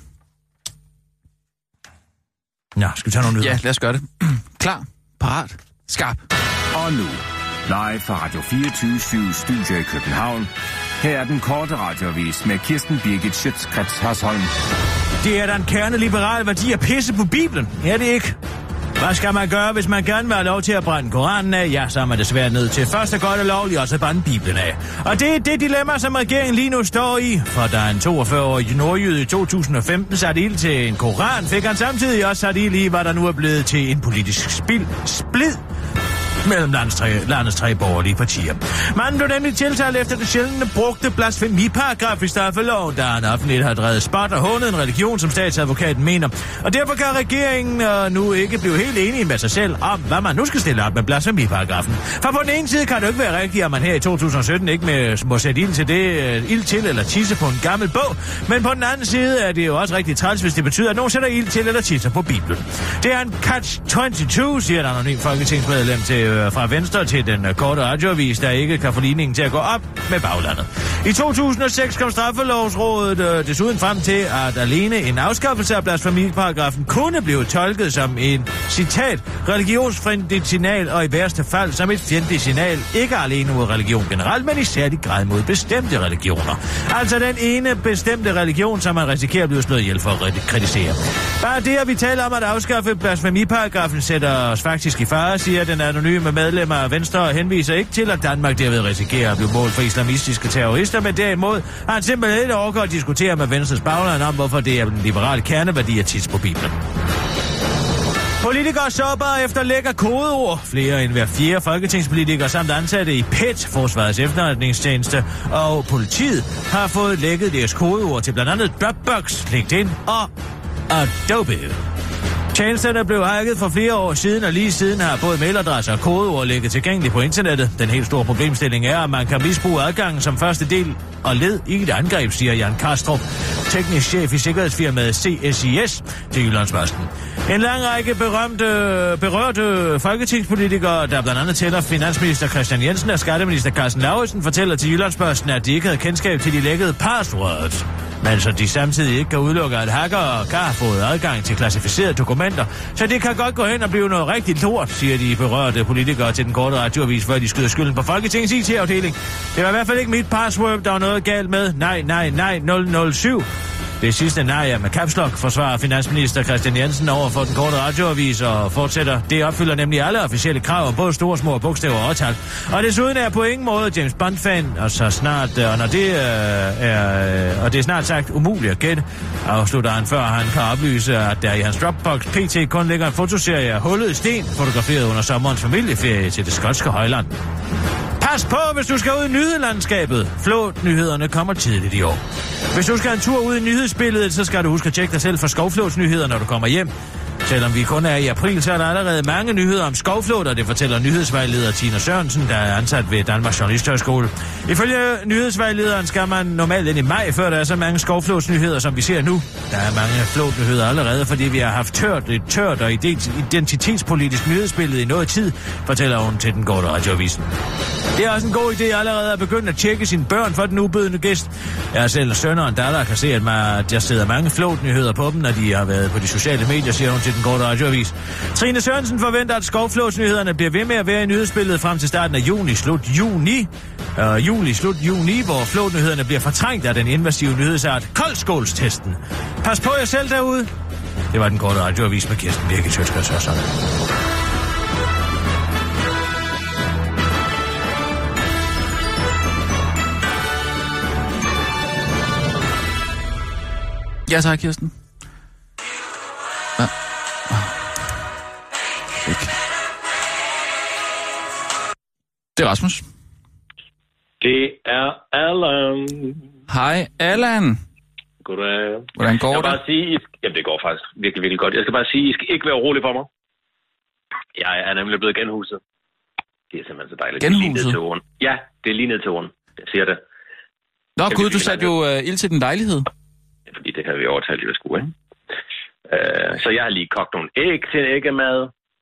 Nå, skal vi tage nogle nyheder? Ja, lad os gøre det. Klar, parat, skarp. Og nu, live fra Radio fireogtyve syv Studio i København. Her er den korte radioavis med Kirsten Birgit Schøtz-Krets Hørsholm. Det er da en kerneliberal værdi at pisse på Bibelen. Er det ikke? Hvad skal man gøre, hvis man gerne vil have lov til at brænde Koranen af? Ja, så er man desværre nødt til først og godt og lovligt også at brænde Bibelen af. Og det er det dilemma, som regeringen lige nu står i. For da en toogfyrre-årig nordjyde i to tusind og femten satte ild til en koran, fik han samtidig også sat ild i, hvad der nu er blevet til en politisk spil, splid mellem landets tre, landets tre borgerlige partier. Manden blev nemlig tiltalt efter det sjældne brugte blasfemiparagraf i straffeloven, da han offentligt har drevet spot og hånet en religion, som statsadvokaten mener. Og derfor kan regeringen øh, nu ikke blive helt enige med sig selv om, hvad man nu skal stille op med blasfemiparagrafen. For på den ene side kan det jo ikke være rigtigt, at man her i to tusind og sytten ikke med, må sætte ild til det, øh, ild til eller tisse på en gammel bog. Men på den anden side er det jo også rigtig træls, hvis det betyder, at nogen sætter ild til eller tisser på Bibelen. Det er en catch toogtyve, siger et anonymt folketingsmedlem til fra Venstre til den korte radioavis, der ikke kan få ligningen til at gå op med baglandet. I to tusind og seks kom Straffelovsrådet øh, desuden frem til, at alene en afskaffelse af blasfemiparagrafen kunne blive tolket som en, citat, religionsfjendtligt signal, og i værste fald som et fjendtligt signal, ikke alene mod religion generelt, men i særlig grad mod bestemte religioner. Altså den ene bestemte religion, som man risikerer at blive slået ihjel for at kritisere. Bare det, at vi taler om at afskaffe blasfemiparagrafen, sætter os faktisk i fare, siger den anonyme medlemmer af Venstre, og henviser ikke til, at Danmark derved risikerer at blive mål for islamistiske terrorister, men derimod har han simpelthen ikke overgået at diskutere med Venstres bagland om, hvorfor det er en liberal kerneværdi at tisse på Bibelen. Politikere sårbare efter lækker kodeord. Flere end hver fjerde folketingspolitiker samt ansatte i P E T, Forsvarets efterretningstjeneste og politiet har fået lækket deres kodeord til blandt andet Dropbox, LinkedIn og Adobe. Tjenesterne blev hacket for flere år siden, og lige siden har både mailadresser og kodeord ligget tilgængelige på internettet. Den helt store problemstilling er, at man kan misbruge adgangen som første del og led i et angreb, siger Jan Kastrup, teknisk chef i sikkerhedsfirmaet C S I S til Jyllandsposten. En lang række berømte, berørte folketingspolitikere, der blandt andet tæller finansminister Christian Jensen og skatteminister Carsten Lauritsen, fortæller til Jyllandsposten, at de ikke havde kendskab til de lækkede passwords. Men så de samtidig ikke kan udelukke, at hackere kan have fået adgang til klassificerede dokumenter, så det kan godt gå hen og blive noget rigtig lort, siger de berørte politikere til den korte radioavis, før de skyder skylden på Folketingets I T-afdeling. Det var i hvert fald ikke mit password, der var noget galt med. Nej, nej, nej, nul nul syv. Det sidste nej er med caps lock, forsvarer finansminister Christian Jensen over for den korte radioavis og fortsætter. Det opfylder nemlig alle officielle krav om både store og små bogstaver og tal. Og desuden er på ingen måde James Bond-fan, og så snart, og når det er, og det er snart sagt umuligt at gætte, afslutter han, før han kan oplyse, at der i hans Dropbox P T kun ligger en fotoserie af hullet sten, fotograferet under sommerens familieferie til det skotske højland. Pas på, hvis du skal ud i nyhedslandskabet. Flåt-nyhederne kommer tidligt i år. Hvis du skal en tur ud i nyhedsbilledet, så skal du huske at tjekke dig selv for skovflåtsnyheder, når du kommer hjem. Selvom vi kun er i april, så er der allerede mange nyheder om skovflåt, og det fortæller nyhedsvejleder Tina Sørensen, der er ansat ved Danmarks Journalisthøjskole. Ifølge nyhedsvejlederen skal man normalt ind i maj, før der er så mange skovflåtsnyheder, som vi ser nu. Der er mange flåtnyheder allerede, fordi vi har haft tørt, et tørt og identitetspolitisk nyhedsbillede i noget tid, fortæller hun til den korte radioavisen. Det er også en god idé allerede at begynde at tjekke sine børn for den ubødende gæst. Jeg selv sønner og en datter kan se, at der sidder mange flåtnyheder på dem, når de har været på de sociale medier, siger hun til den korte radioavis. Trine Sørensen forventer, at skovflåtsnyhederne bliver ved med at være i nyhedsbilledet frem til starten af juni, slut juni, øh, juli, slut juni, hvor flåtnyhederne bliver fortrængt af den invasive nyhedsart koldskålstesten. Pas på jer selv derude. Det var den korte radioavis med Kirsten Birgit Schøtz-Krets Hørsholm. Ja, tak, Kirsten. Ja. Ikke. Det er Rasmus. Det er Allan. Hej, Allan. Goddag. Hvordan går det? Jeg det? bare sige, I skal... Jamen, det går faktisk virkelig, virkelig godt. Jeg skal bare sige, I skal ikke være urolig for mig. Jeg er nemlig blevet genhuset. Det er simpelthen så dejligt. Genhuset? Det er ja, det er lige ned til orden. Jeg siger det. Nå, gud, du satte jo uh, ild til din lejlighed. Fordi det kan vi overtalt i værsku, ikke? Øh, så jeg har lige kogt nogle æg til æggemad.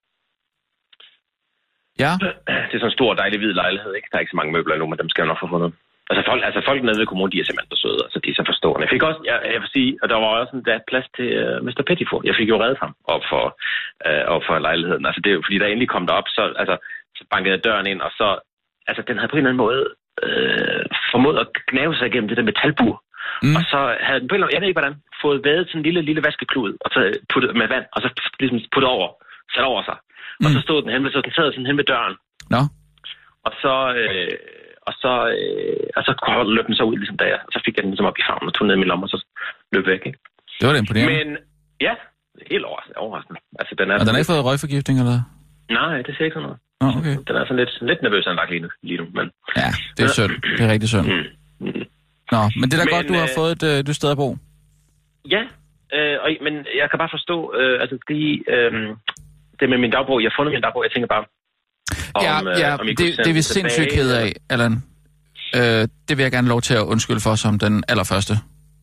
Ja. Det er sådan en stor, dejlig hvid lejlighed, ikke? Der er ikke så mange møbler nu, men dem skal jeg nok få fundet. Altså folk, altså folk nede ved kommunen, de er simpelthen så søde, altså de er så forstående. Jeg fik også, jeg, jeg vil sige, og der var også sådan, der plads til uh, mister Pettiford. Jeg fik jo reddet ham op for, uh, op for lejligheden. Altså det er jo, fordi der endelig kom derop, så, altså, så bankede jeg døren ind, og så, altså den havde på en eller anden måde uh, formået at gnave sig igennem det der metalbur. Mm. Og så havde den på en eller anden, jeg ved ikke hvordan, fået vædet sådan en lille, lille vaskeklud, og så puttet med vand, og så ligesom puttet over, sat over sig. Mm. Og så stod den hen, så den sad sådan hen ved døren. Nå. Og så, øh, og så, øh, og så løb den så ud, ligesom da jeg, og så fik jeg den ligesom op i favnen og tog ned i min lomme, og så løb væk, ikke? Det var det imponerende. Men, ja, helt overraskende. Altså, den er, og den har ikke fået røgforgiftning, eller? Nej, det ser ikke sådan noget. Oh, okay. Den er sådan lidt, lidt nervøs anlagt lige nu, lige nu, men... Ja, det er synd. Det er rigtig synd. Mm. Mm. Nå, men det er da men, godt, du har øh, fået et øh, nyt sted at bo. Ja, øh, og, men jeg kan bare forstå, øh, altså det, øh, det med min dagbog, jeg har fundet min dagbog, jeg tænker bare... Om, ja, ja øh, om det, det er vi sindssygt ked af, Allan. Øh, det vil jeg gerne lov til at undskylde for som den allerførste.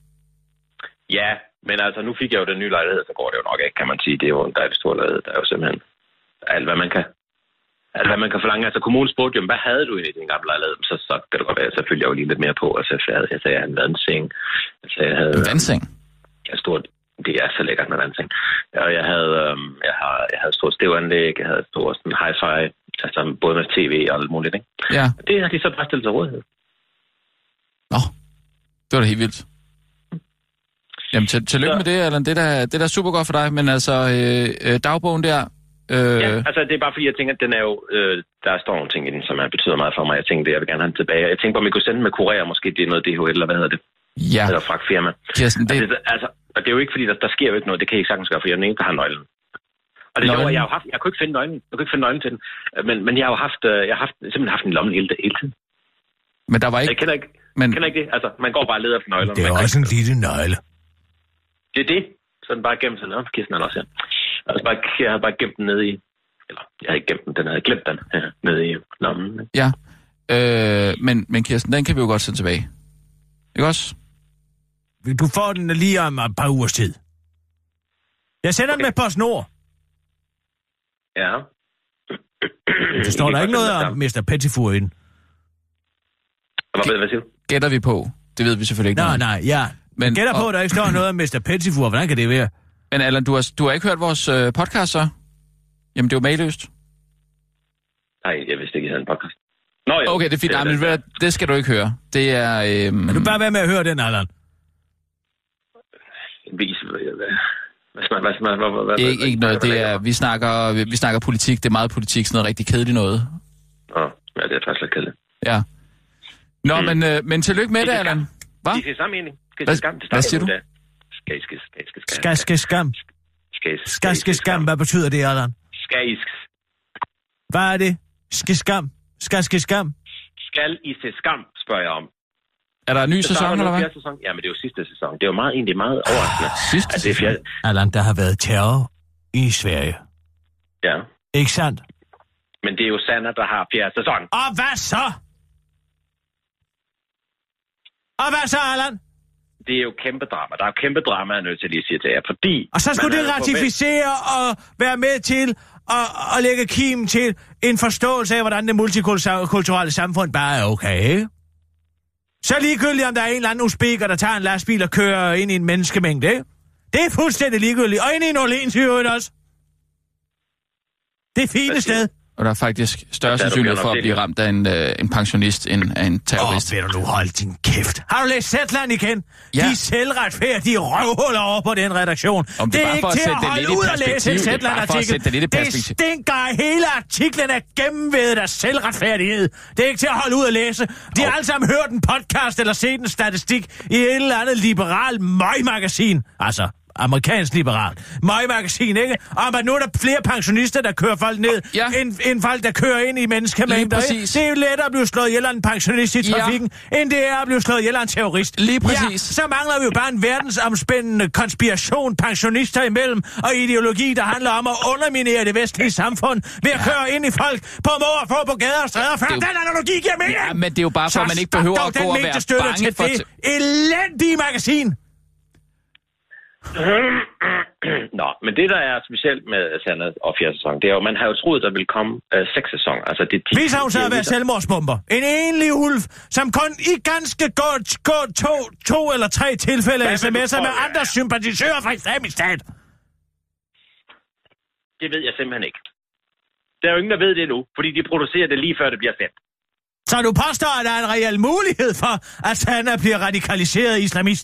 Ja, men altså, nu fik jeg jo den nye lejlighed, så går det jo nok ikke, kan man sige. Det er jo en dejlig stor lejlighed. Der er jo simpelthen alt, hvad man kan. Alt, hvad man kan forlange. Altså, kommunen spurgte jo, hvad havde du egentlig i din gamle lejlighed? Så, så kan det godt være, så følger jeg jo lige lidt mere på. Altså, jeg, havde, jeg sagde, jeg havde en vandseng. Altså, jeg havde... En vandseng? Jeg stort... Det er så lækkert med vandseng. Og jeg havde, øhm, jeg har, jeg havde et stort stævanlæg, jeg havde et stort sådan, hi-fi, altså både med tv og alt muligt, ikke? Ja. Det har de så bare stillet til rådighed. Nå, det var da helt vildt. Jamen, til, tillykke så... med det, Allan. Det er, da, det er da super godt for dig, men altså, øh, dagbogen der... Øh... Ja, altså det er bare fordi, jeg tænker, at den er jo, øh, der står nogle ting i den, som er, betyder meget for mig. Jeg tænkte, jeg vil gerne have den tilbage. Jeg tænkte på, om vi kunne sende den med kurér, måske det er noget D H L, eller hvad hedder det? Ja. Eller fragtfirma. Kirsten, det... Altså, altså, og det er jo ikke fordi, der, der sker jo ikke noget. Det kan jeg ikke sagtens gøre, for jeg er den eneste, der har nøglen. Og det er jo, jeg har haft, jeg kunne ikke finde nøglen. Jeg kunne ikke finde nøglen til den. Men, men jeg har jo haft, jeg har haft, simpelthen haft en lomme hele, hele tiden. Men der var ikke... Jeg kender ikke, men... kender ikke det. Altså, man går bare og leder efter nøgler. Det er også en lille nøgle. Det er det. Så den bare gemt sådan. Kirsten er også her. Altså, bare, jeg havde bare gemt den nede i... Eller, jeg havde ikke gemt den. Den havde glemt den her, nede i lommen. Ja. Øh, men, men Kirsten, den kan vi jo godt sende tilbage. Ikke også? Du får den lige om et par ugers tid. Jeg sender okay. den med PostNord. Ja. Så står der ikke noget om mister Pettiford i den. Hvad, hvad siger du? Gætter vi på? Det ved vi selvfølgelig ikke. Nej, nej, ja. Men gætter på, at der ikke står noget om mister Pettiford. Hvordan kan det være? Men Allan, du har, du har ikke hørt vores øh, podcast så? Jamen, det er jo mageløst. Nej, jeg vidste ikke, at jeg havde en podcast. Nå, jo. Okay, det er fint. Det, det, det, det skal du ikke høre. Det er... Øh... Men du bare være med at høre den, Allan. Vis, hvad, hvad, hvad, hvad, hvad, hvad, ikke, ikke noget, det er, vi snakker, vi snakker politik, det er meget politik, sådan noget rigtig kedeligt noget. Nå, ja, det er faktisk lidt kedeligt. Ja. Nå, mm. men, øh, men tillykke med det, Allan. Hvad? I skal sammen egentlig. Skal I skam? Hvad siger du? Skal I, skal I, skal I, skal I, skal skal skam. Skal skal skam, hvad betyder det, Allan? Skal I, hvad er det? Skal skam? Skal skal skam? Skal I se skam, spørger jeg om. Er der en ny sæson, eller hvad? Sæson? Ja, men det er jo sidste sæson. Det er jo meget, egentlig meget overraskende. Sidste altså, sæson? Allan, der har været terror i Sverige. Ja. Ikke sandt? Men det er jo Sander, der har fjerde sæson. Og hvad så? Og hvad så, Allan? Det er jo kæmpe drama. Der er jo kæmpe drama, jeg er nødt til lige at sige til jer, fordi... Og så skulle det ratificere og være med til at, at lægge kim til en forståelse af, hvordan det multikulturelle samfund bare er okay, ikke? Så ligegyldigt, om der er en eller anden usbeker, der tager en lastbil og kører ind i en menneskemængde, ikke? Det er fuldstændig ligegyldigt. Og ind i en Orleans i øvrigt også. Det er fine sted. Og der er faktisk større sandsynlighed for at blive ramt af en, øh, en pensionist end af en terrorist. Åh, oh, vil du nu holde din kæft. Har du læst Zetland igen? Ja. De selvretfærdige røvhuller over på den redaktion. Om det, det er bare ikke til at holde ud og læse en Zetland-artikel. Det, det stinker hele artiklen af gennemvedet af selvretfærdighed. Det er ikke til at holde ud og læse. De har oh. alle sammen hørt en podcast eller set en statistik i et eller andet liberal møgmagasin. Altså... amerikansk liberal møgmagasin, ikke? Om at nu er der flere pensionister, der kører folk ned, ja. end, end folk, der kører ind i menneskemængder. Det er jo lettere at blive slået ihjel af en pensionist i trafikken, ja. end det er at blive slået ihjel af en terrorist. Lige præcis. Ja, så mangler vi jo bare en verdensomspændende konspiration pensionister imellem, og ideologi, der handler om at underminere det vestlige samfund ved at ja. køre ind i folk på må og få på gader og stræder, før den analogi giver mening. Ja, men det er jo bare for, at man ikke behøver at gå og være bange for... det elendige magasin. Nå, men det, der er specielt med Sanders og fjerde sæson, det er jo, man har jo troet, der vil komme øh, seks sæsoner. Altså, det er ti, Viser hun sig at være selvmordsbomber. En enlig ulv, som kun i ganske godt gå to, to eller tre tilfælde Hvad vil du sms'er med prøve, andre ja? sympatisører fra Islamisk Stat. Det ved jeg simpelthen ikke. Der er jo ingen, der ved det nu, fordi de producerer det lige før det bliver sendt. Så du påstår, at der er en reel mulighed for, at Sanna bliver radikaliseret islamist?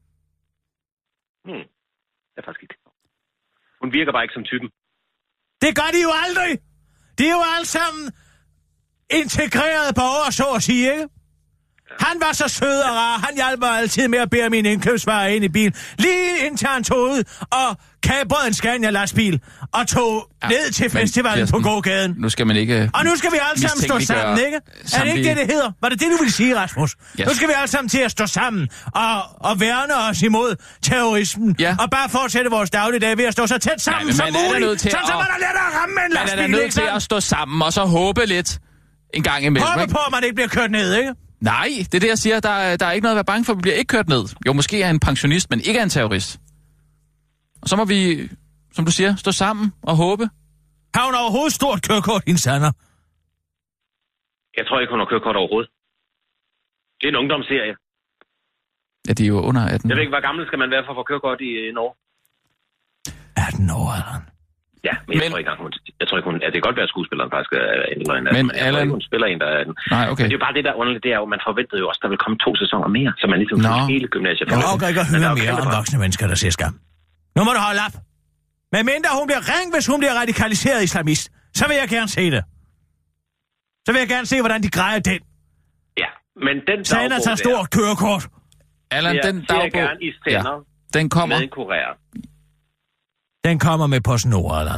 Hmm. Det er faktisk ikke. Hun virker bare ikke som typen. Det gør de jo aldrig! De er jo alle sammen integrerede borgere, så at sige, ikke? Han var så sød og rar. Han hjalp mig altid med at bære mine indkøbsvarer ind i bilen. Lige indtil han tog ud og kabrede en Scania-lastbil og tog ja, ned til festivalen på gågaden. Nu skal man ikke... Og nu skal vi alle sammen stå sammen, ikke? Er det ikke det, det hedder? Var det det, du ville sige, Rasmus? Yes. Nu skal vi alle sammen til at stå sammen og, og værne os imod terrorismen. Ja. Og bare fortsætte vores dagligdag ved at stå så tæt sammen ja, som muligt. Sådan, at... så var der lettere at ramme en lastbil, man er nødt til at stå sammen og så håbe lidt en gang imellem. Håbe ikke? på, at man ikke bliver kørt ned, ikke? Nej, det er det, jeg siger. Der er, der er ikke noget at være bange for, at vi bliver ikke kørt ned. Jo, måske er en pensionist, men ikke er en terrorist. Og så må vi, som du siger, stå sammen og håbe. Har hun overhovedet stort kørekort, din Sanna? Jeg tror ikke, hun har kørekort overhovedet. Det er en ungdomsserie. Ja, de er jo under atten. Jeg ved ikke, hvor gammel skal man være for at få kørekort i Norge? atten år, Allan. Ja, men, men jeg tror ikke, hun... Jeg tror ikke, hun... Ja, det kan godt være, at skuespilleren faktisk er en eller anden. Men jeg Allan... tror ikke, hun spiller en, der er den. Nej, okay. Men det er jo bare det, der er underligt. Det er jo, man forventede jo også, der vil komme to sæsoner mere, så man ligesom får hele gymnasiet. Jeg overgår ikke at høre mere om voksne mennesker, der ser skam. Nu må du holde op. Men mindre hun bliver ring, hvis hun bliver radikaliseret islamist, så vil jeg gerne se det. Så vil jeg gerne se, hvordan de grejer den. Ja, men den dagbog Sanna tager stort kørekort. Allan, den dagbog... Det er gerne i sender ja, den kommer. Med en kurér. Den kommer med PostNord, Allan.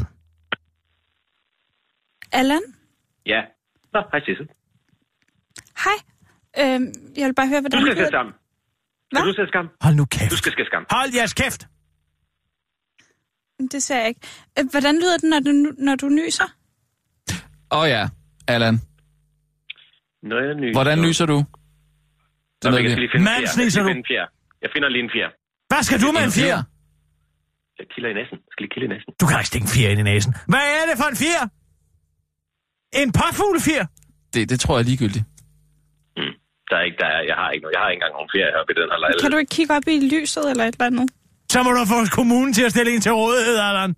Allan? Ja. Nå, hej Sissel. Hej. Øhm, jeg vil bare høre, hvordan... Du skal se skam. Hvad? Skal du se skam? Hold nu kæft. Du skal se skam. Hold jeres kæft. Det ser jeg ikke. Øh, hvordan lyder det, når du, når du nyser? Åh oh, ja, Allan. Når jeg nyser... Hvordan nyser du? Det Nå, jeg skal lige finde Mand, sniser du? En fjer. Jeg finder lige en fjer. Hvad skal du med en fjer? Jeg kilder i næsen. Jeg skal lige kilde i næsen. Du kan ikke stikke en fjer ind i næsen. Hvad er det for en fjer? En påfuglefjer? Det, det tror jeg er ligegyldigt. Mm. Der er ikke, der er, jeg har ikke noget. Jeg har ikke engang nogen fjer her ved den her lejlighed. Kan du ikke kigge op i lyset eller et eller andet? Så må du få kommunen til at stille en til rådighed, Allan.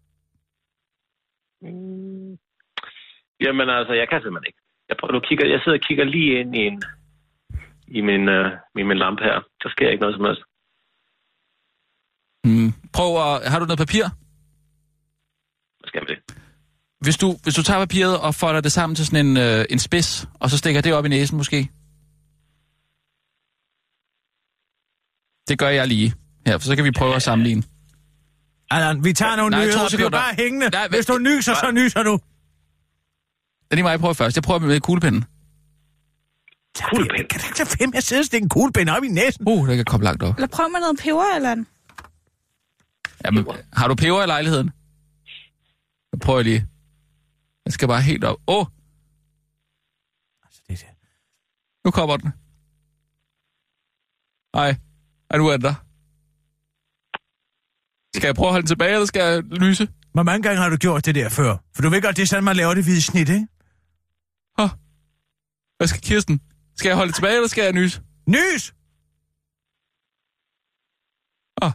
Mm. Jamen altså, jeg kan simpelthen ikke. Jeg, prøver, du kigger, jeg sidder og kigger lige ind i, en, i, min, uh, i min lampe her. Der sker ikke noget som helst. Mm. Prøv at... Har du noget papir? Hvad skal jeg med det? Hvis du, hvis du tager papiret og folder det sammen til sådan en, øh, en spids, og så stikker det op i næsen måske. Det gør jeg lige. Her, for så kan vi prøve at sammenligne. Allan, vi tager nogle Nej, nyheder, bliver bare hængende. Nej, hvis du nyser, så nyser du. Det er lige mig, jeg prøver først. Jeg prøver med kuglepinden. Kuglepinden? Kan du ikke lade fem, jeg sidder og stikker en kuglepind op i næsen? Uh, det kan komme langt op. Eller prøv med noget peber, Allan. Jamen, har du peber i lejligheden? Jeg prøver lige. Jeg skal bare helt op. Åh! Oh. Nu kommer den. Ej. Ej, nu er den der. Skal jeg prøve at holde den tilbage, eller skal jeg lyse? Hvor mange gange har du gjort det der før? For du ved godt, det er sådan, man laver det hvide snit, ikke? Åh. Hvad skal Kirsten? Skal jeg holde det tilbage, eller skal jeg nyse? Nys! Åh.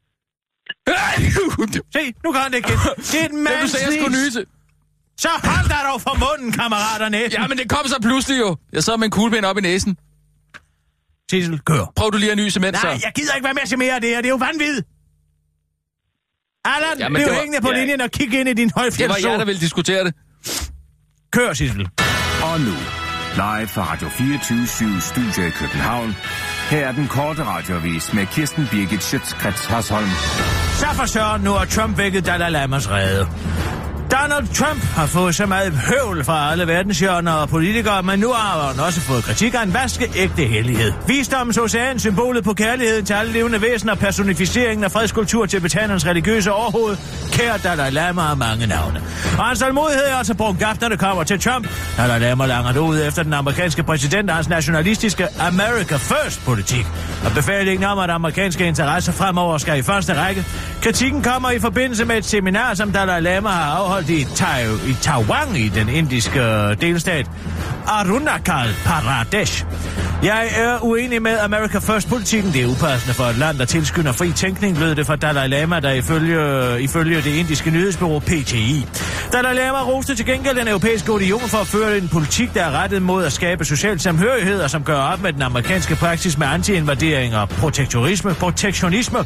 Se, nu kan han det igen. Det er et mandsnis. Du sagde, jeg skulle nyse. Så hold dig dog for munden, kammeraterne. Ja, men det kom så pludselig jo. Jeg sad med en kuglepind op i næsen. Sissel, kør. Prøv du lige at nyse mens så. Nej, jeg gider ikke være med at se mere af det her. Det er jo vanvid. Allan, ja, det er jo var... hængende på ja. linjen og kigge ind i din højfjeldszone. Det var jeg, der ville diskutere det. Kør, Sissel. Og nu, live fra Radio fireogtyve syv Studio i København. Her er den korte radioavis med Kirsten Birgit Schøtz-Krets Hasholm. Så for søren, nu har Trump vækket Dalai Lamas rede. Donald Trump har fået så meget høvl fra alle verdenshjørner og politikere, men nu har han også fået kritik af en vaskeægte hellighed. Visdommens ocean, symbolet på kærligheden til alle levende væsener, personificeringen af fredskultur til tibetanens religiøse overhoved, kære Dalai Lama har mange navne. Og hans tålmodighed er altså brugt op, når det kommer til Trump. Dalai Lama langer det ud efter den amerikanske præsident og hans nationalistiske America First-politik. Og befalingen om, at amerikanske interesser fremover skal i første række. Kritikken kommer i forbindelse med et seminar, som Dalai Lama har afholdt i, Tai- i Taiwan i den indiske delstat Arunachal Pradesh. Jeg er uenig med America First-politikken. Det er upassende for et land, der tilskynder fri tænkning, lød det fra Dalai Lama, der ifølge, ifølge det indiske nyhedsbureau P T I. Dalai Lama roste til gengæld den europæiske union for at føre en politik, der er rettet mod at skabe social samhørighed, og som gør op med den amerikanske praksis med anti-invadering og protektionisme. protektionisme.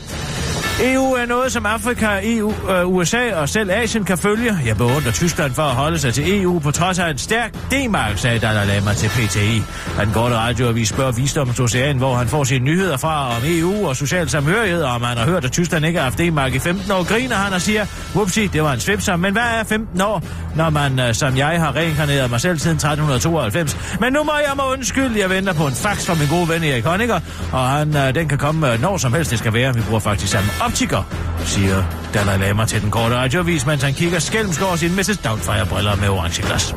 E U er noget, som Afrika, E U, øh, U S A og selv Asien kan følge. Jeg beundrer Tyskland for at holde sig til E U på trods af en stærk D-mark, sagde Dalai Lama til P T I. Den korte radioavis spørger Visdommens Ocean, hvor han får sine nyheder fra om E U og social samhørighed, og om han har hørt, at Tyskland ikke har haft D-mark i femten år. Griner han og siger, whoopsie, det var en svipser. Men hvad er femten år, når man, som jeg, har reinkarneret mig selv siden tretten tooghalvfems? Men nu må jeg mig undskylde. Jeg venter på en fax fra min gode ven Erik Honecker, og han, den kan komme når som helst det skal være. Vi bruger faktisk samme optiker, siger Dalai Lama til den korte radioavis, mens han kigger skælmsk over sine missus Doubtfire-briller med orange glas.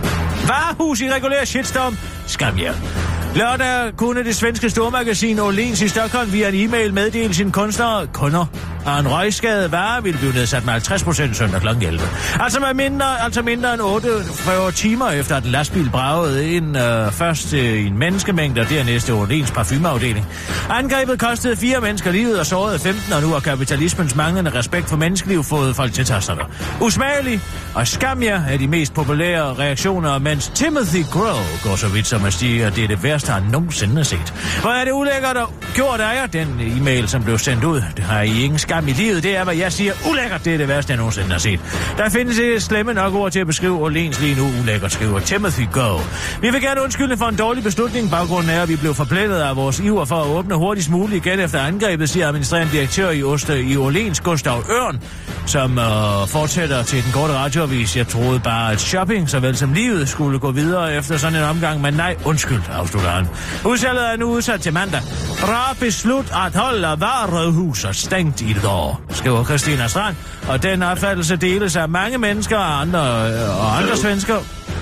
Varehus i regulær shitstorm. Skam jer. Lørdag kunne det svenske stormagasin Åhléns i Stockholm via en e-mail meddele sine kunstnere, kunder, og en røgskadet vare ville blive nedsat med halvtreds procent søndag klokken elleve. Altså, med mindre, altså mindre end otteogfyrre timer efter, at en lastbil bragede ind øh, først øh, i en menneskemængde, og dernæste Åhléns parfumeafdeling. Angrebet kostede fire mennesker livet og sårede femten, og nu har kapitalismens manglende respekt for menneskeliv fået folk til tasterne. Usmagelig og skam jer er de mest populære reaktioner, mens Timothy Grow går så vidt som at sige, at det er det værste, han nogensinde har set. Hvor er det ulækkert og gjort af jer? Den e-mail, som blev sendt ud, det har I ingen skam i livet. Det er, hvad jeg siger, ulækkert. Det er det værste, jeg nogensinde har set. Der findes ikke slemme nok ord til at beskrive Åhléns lige nu ulækkert, skriver Timothy Go. Vi vil gerne undskylde for en dårlig beslutning. Baggrunden er, at vi blev forblændet af vores iver for at åbne hurtigst muligt igen efter angrebet, siger administrerende direktør i Oste i Åhléns, Gustav Ørn, som øh, fortsætter til den korte radioavis. Jeg troede bare, at shopping, såvel som livet, skulle gå videre efter sådan en omgang, men nej, undskyld, afslutter han. Udsalget er nu udsat til mandag. Bra beslut at holde varehuset stængt i et år, skriver Christina Strand, og den opfattelse deles af mange mennesker og andre, og andre svensker.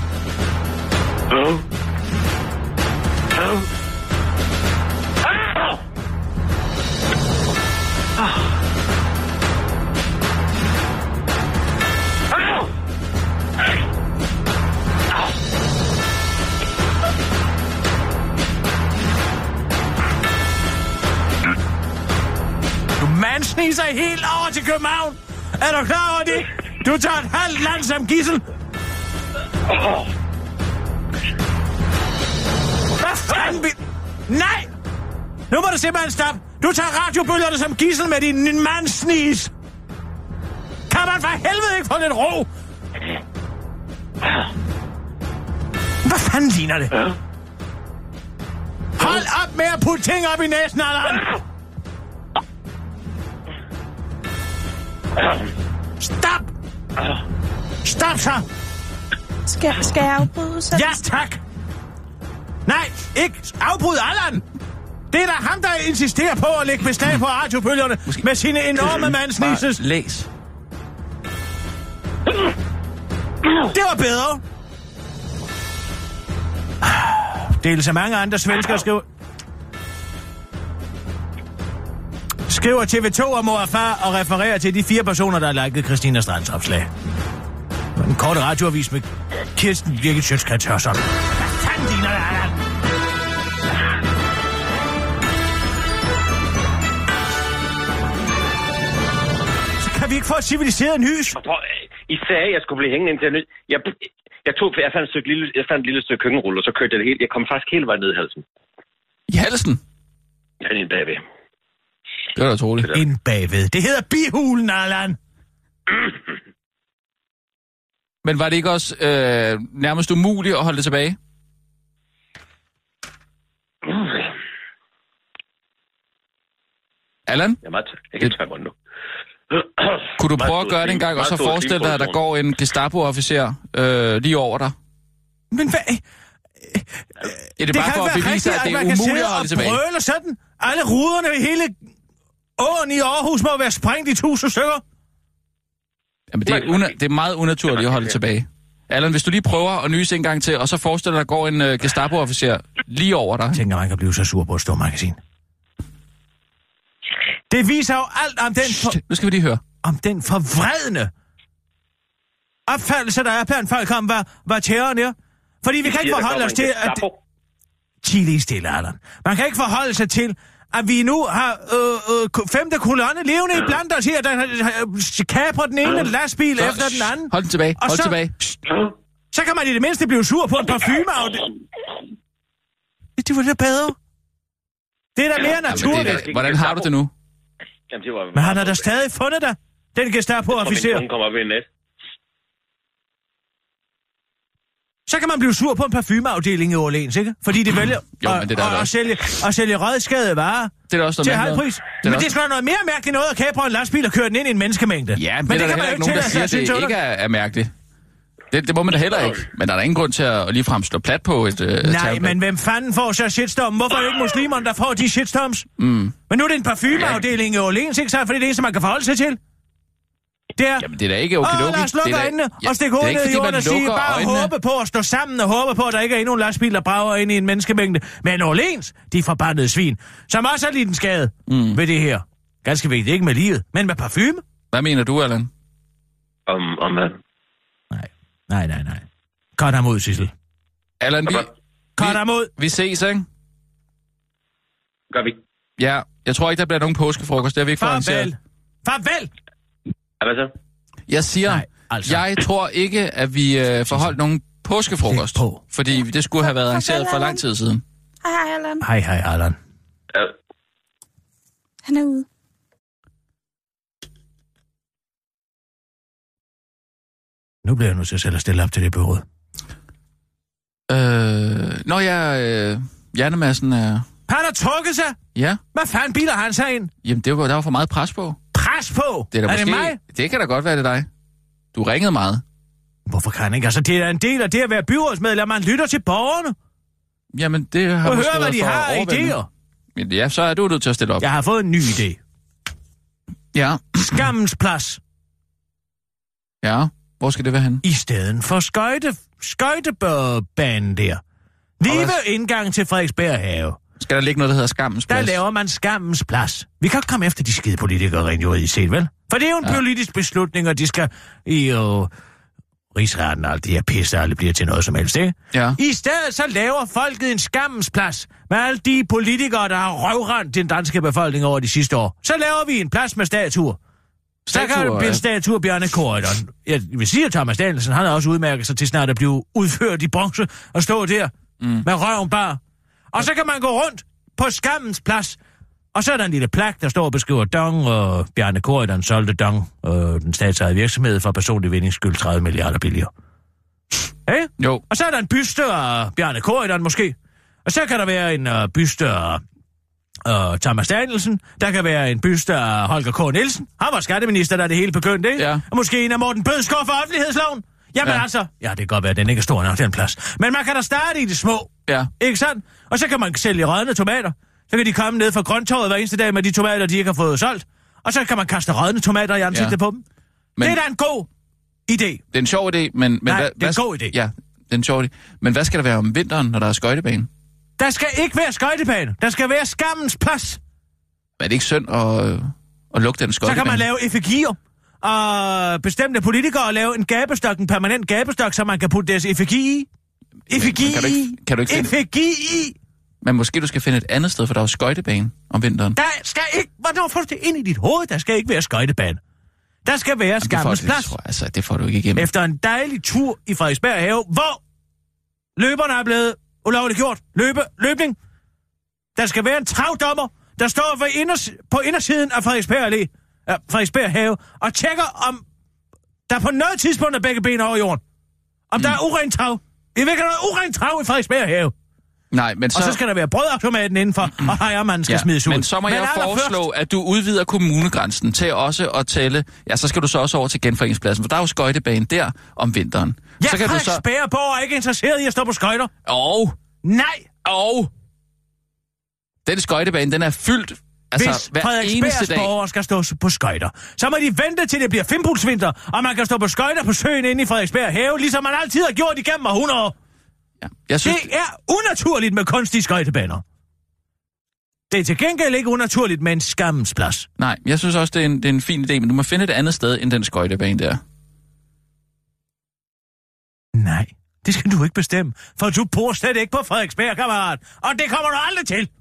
Man sniser helt over til København. Er du klar over det? Du tager et halvt land som gidsel. Hvad fanden vil... Nej! Nu må du simpelthen stoppe. Du tager radiobølgerne som gidsel med din mandsnis. Kan man for helvede ikke få lidt ro? Hvad fanden ligner det? Hold op med at putte ting op i næsen, Allan. Stop! Stop så! Skal, skal jeg afbryde så? Ja, tak! Nej, ikke afbryd Allan! Det er da ham, der insisterer på at lægge beslag på radiobølgerne med sine enorme mandsnises. Læs. Det var bedre. Deles af mange andre svenskere skriver... Skriver T V to om mor og far og refererer til de fire personer, der har liket Christina Strands opslag. En kort radioavis med Kirsten Birgit Schøtzgrads Hørsholm. Hvad fanden ligner det, Allan? Så kan vi ikke få et civiliseret nys? I sagde, at jeg skulle blive hængende indtil jeg nød. Jeg, jeg, tog, jeg, fandt et stykke lille, jeg fandt et lille stykke køkkenrulle, og så kørte jeg det helt. Jeg kom faktisk hele vejen ned i halsen. I halsen? Ja, det er en bagved. Det er da troligt. Ind bagved. Det hedder bihulen, Allan. Men var det ikke også øh, nærmest umuligt at holde det tilbage? Allan? Jeg er meget tør. Jeg kan tørre munden nu. Kunne du prøve at gøre det en gang, og så forestille dig, at der går en Gestapo-officer øh, lige over dig? Men hvad... Er det, det bare for at bevise, at det er umuligt at holde tilbage? Man kan brøle sådan. Alle ruderne i hele åen i Aarhus må være sprængt i tusind stykker. Jamen, det er, una- det er meget unaturligt at holde tilbage. Allan, hvis du lige prøver at nyse en gang til, og så forestiller dig, at der går en uh, Gestapo-officer lige over dig. Jeg tænker, man kan blive så sur på et stort magasin. Det viser jo alt om den... For... Nu skal vi lige høre. Om den forvredende opfattelse, der er blandt folk om, hvad, hvad terroren er. Fordi vi kan ikke forholde os til, at... Chile stille, Allan. Man kan ikke forholde sig til, at vi nu har øh, øh, femte kolonne levende i blandt os her, der øh, kaprer den ene lastbil så, efter den anden. Hold den tilbage, hold så, tilbage. Så kan man i det mindste blive sur på en parfume. Det var da bedre. Det er da mere naturligt. Jamen, det, hvordan har du det nu? Jamen, det var... Men han har da stadig fundet dig, den Gestapo-officer. Min kom op i en net. Så kan man blive sur på en parfumeafdeling i Orleans, ikke? Fordi de vælger jo, at, det at, at, sælge, at sælge rødskadede varer det er også til halv pris. Det men også... det er sgu da noget mere mærkeligt noget at kapre en lastbil og køre den ind i en menneskemængde. Ja, men, men det er der heller ikke nogen, der siger, at det ikke er, er mærkeligt. Det, det må man da heller ikke. Men der er der ingen grund til at ligefrem slå plat på et... Uh, Nej, tablet. Men hvem fanden får så shitstorm? Hvorfor er det ikke muslimerne, der får de shitstorms? Mm. Men nu er det en parfumeafdeling i Orleans, ikke sant? Fordi det er det eneste, man kan forholde sig til. Det er... Jamen, det er da ikke okidoki. Åh, lad os lukke øjnene ja, og stikke hovedet ned i jorden og sige, bare øjnene. Håbe på at stå sammen og håbe på, at der ikke er endnu en lastbil, der brager ind i en menneskemængde. Men Orleans, de forbandede svin, som også har lidt en skade mm. ved det her. Ganske vigtigt, ikke med livet, men med parfume. Hvad mener du, Allan? Om, om hvad? Nej, nej, nej, nej. Godt ham ud, Sissel. Allan, vi... Godt ham ud. Vi ses, ikke? Gør vi. Ja, jeg tror ikke, der bliver nogen påskefrokost. Det har vi ikke Farvel. Farvel! Hvad så? Jeg siger, Nej, altså. jeg tror ikke, at vi øh, forholdt nogen påskefrokost. Fordi det skulle have været arrangeret for lang tid siden. Hej, hej, Allan. Hej, hej, Allan. Ja. Han er ude. Nu bliver jeg nødt til selv at stille op til det bureau. Øh, når jeg... Øh, Hjernemassen er... Han har trukket sig? Ja. Hvad fanden biler han sig ind? Jamen, det var, der var for meget pres på. Pres på? Det er, er måske, det mig? Det kan da godt være, det er dig. Du ringede meget. Hvorfor kan han ikke? Altså, det er en del af det at være byrådsmedlem. Man lytter til borgerne. Jamen, det har og måske høre, hvad de har af idéer. Men ja, så er du nødt til at stille op. Jeg har fået en ny idé. Ja. Skammens plads. Ja, hvor skal det være henne? I stedet for skøjte, skøjtebanen der. Lige ved indgang til Frederiksberg Have. Skal der ligge noget, der hedder Skammens Plads? Der laver man Skammens Plads. Vi kan ikke komme efter de skide politikere rent juridisk set, vel? For det er jo en ja. politisk beslutning, og de skal i jo... Rigsretten og alt det her pisse, aldrig bliver til noget som helst, ikke? Ja. I stedet så laver folket en Skammens Plads med alle de politikere, der har røvrendt den danske befolkning over de sidste år. Så laver vi en plads med statuer. Så kan der blive en statue af Bjarne Corydon. Jeg vil sige, at Thomas Danielsen, han har også udmærket sig til snart at blive udført i bronze og stå der mm. med røven bar. Og så kan man gå rundt på Skammens Plads. Og så er der en lille plak, der står og beskriver Dong, og Bjarne Corydon solgte Dong, øh, den statsejede virksomhed, for personlig vindings skyld tredive milliarder billigere. Hey? Jo. Og så er der en byste af Bjarne Corydon måske. Og så kan der være en øh, byste af øh, Thomas Danielsen. Der kan være en byste af Holger K. Nielsen. Han var skatteminister, da det hele begyndte, ikke? Ja. Og måske en af Morten Bødskov for offentlighedsloven. Jamen ja. altså, ja, det kan godt være, at den ikke er stor nok, den plads. Men man kan da starte i det små. Ja. Ikke sandt? Og så kan man sælge rådne tomater. Så kan de komme ned fra grønttorvet hver eneste dag med de tomater, de ikke har fået solgt. Og så kan man kaste rådne tomater i ansigtet ja. på dem. Men det er da en god idé. Det er en sjov idé, men... men Nej, hvad, det er en god idé. Ja, det er en sjov idé. Men hvad skal der være om vinteren, når der er skøjtebane? Der skal ikke være skøjtebane. Der skal være Skammens Plads. Er det ikke synd at, at lukke den skøjtebane? Så kan man lave effigier. Og bestemte politikere lave en gabestok, en permanent gabestok, så man kan putte deres effigi i. Effigi i. Kan du ikke, kan du ikke finde... Effigi i. Men måske du skal finde et andet sted, for der er jo skøjtebane om vinteren. Der skal ikke... Hvornår får du det ind i dit hoved? Der skal ikke være skøjtebane. Der skal være Skammens Plads. Det, tror jeg, altså, det får du ikke igennem. Efter en dejlig tur i Frederiksberg Have, hvor løberne er blevet ulovligt gjort. Løbe, løbning. Der skal være en travdommer, der står for inders, på indersiden af Frederiksberg Allé, øh, Frederiksberg Have, og tjekker, om der på noget tidspunkt er begge ben over jorden. Om mm. der er urent trav. I vil ikke have noget urent trav i Frederiksberg Have. Nej, men så... Og så skal der være brødautomaten indenfor, mm. og ejermanden skal ja, smides ud. Men så må men jeg foreslå, først... at du udvider kommunegrænsen til også at tælle... Ja, så skal du så også over til genforeningspladsen, for der er jo skøjtebane der om vinteren. Ja, så kan du så... Frederiksbergborg er ikke interesseret i at stå på skøjter. Og... Nej! Og... Den skøjtebane, den er fyldt... Altså, hvis Frederiksbergsborgere skal stå på skøjter, så må de vente til det bliver fimpulsvinter, og man kan stå på skøjter på søen inde i Frederiksberg Have, ligesom man altid har gjort igennem hundrede år. Ja, jeg synes... Det er unaturligt med kunstige skøjtebaner. Det er til gengæld ikke unaturligt med en skammensplads. Nej, jeg synes også, det er, en, det er en fin idé, men du må finde et andet sted end den skøjtebane der. Nej, det skal du ikke bestemme, for du bor slet ikke på Frederiksberg, kammerat, og det kommer du aldrig til.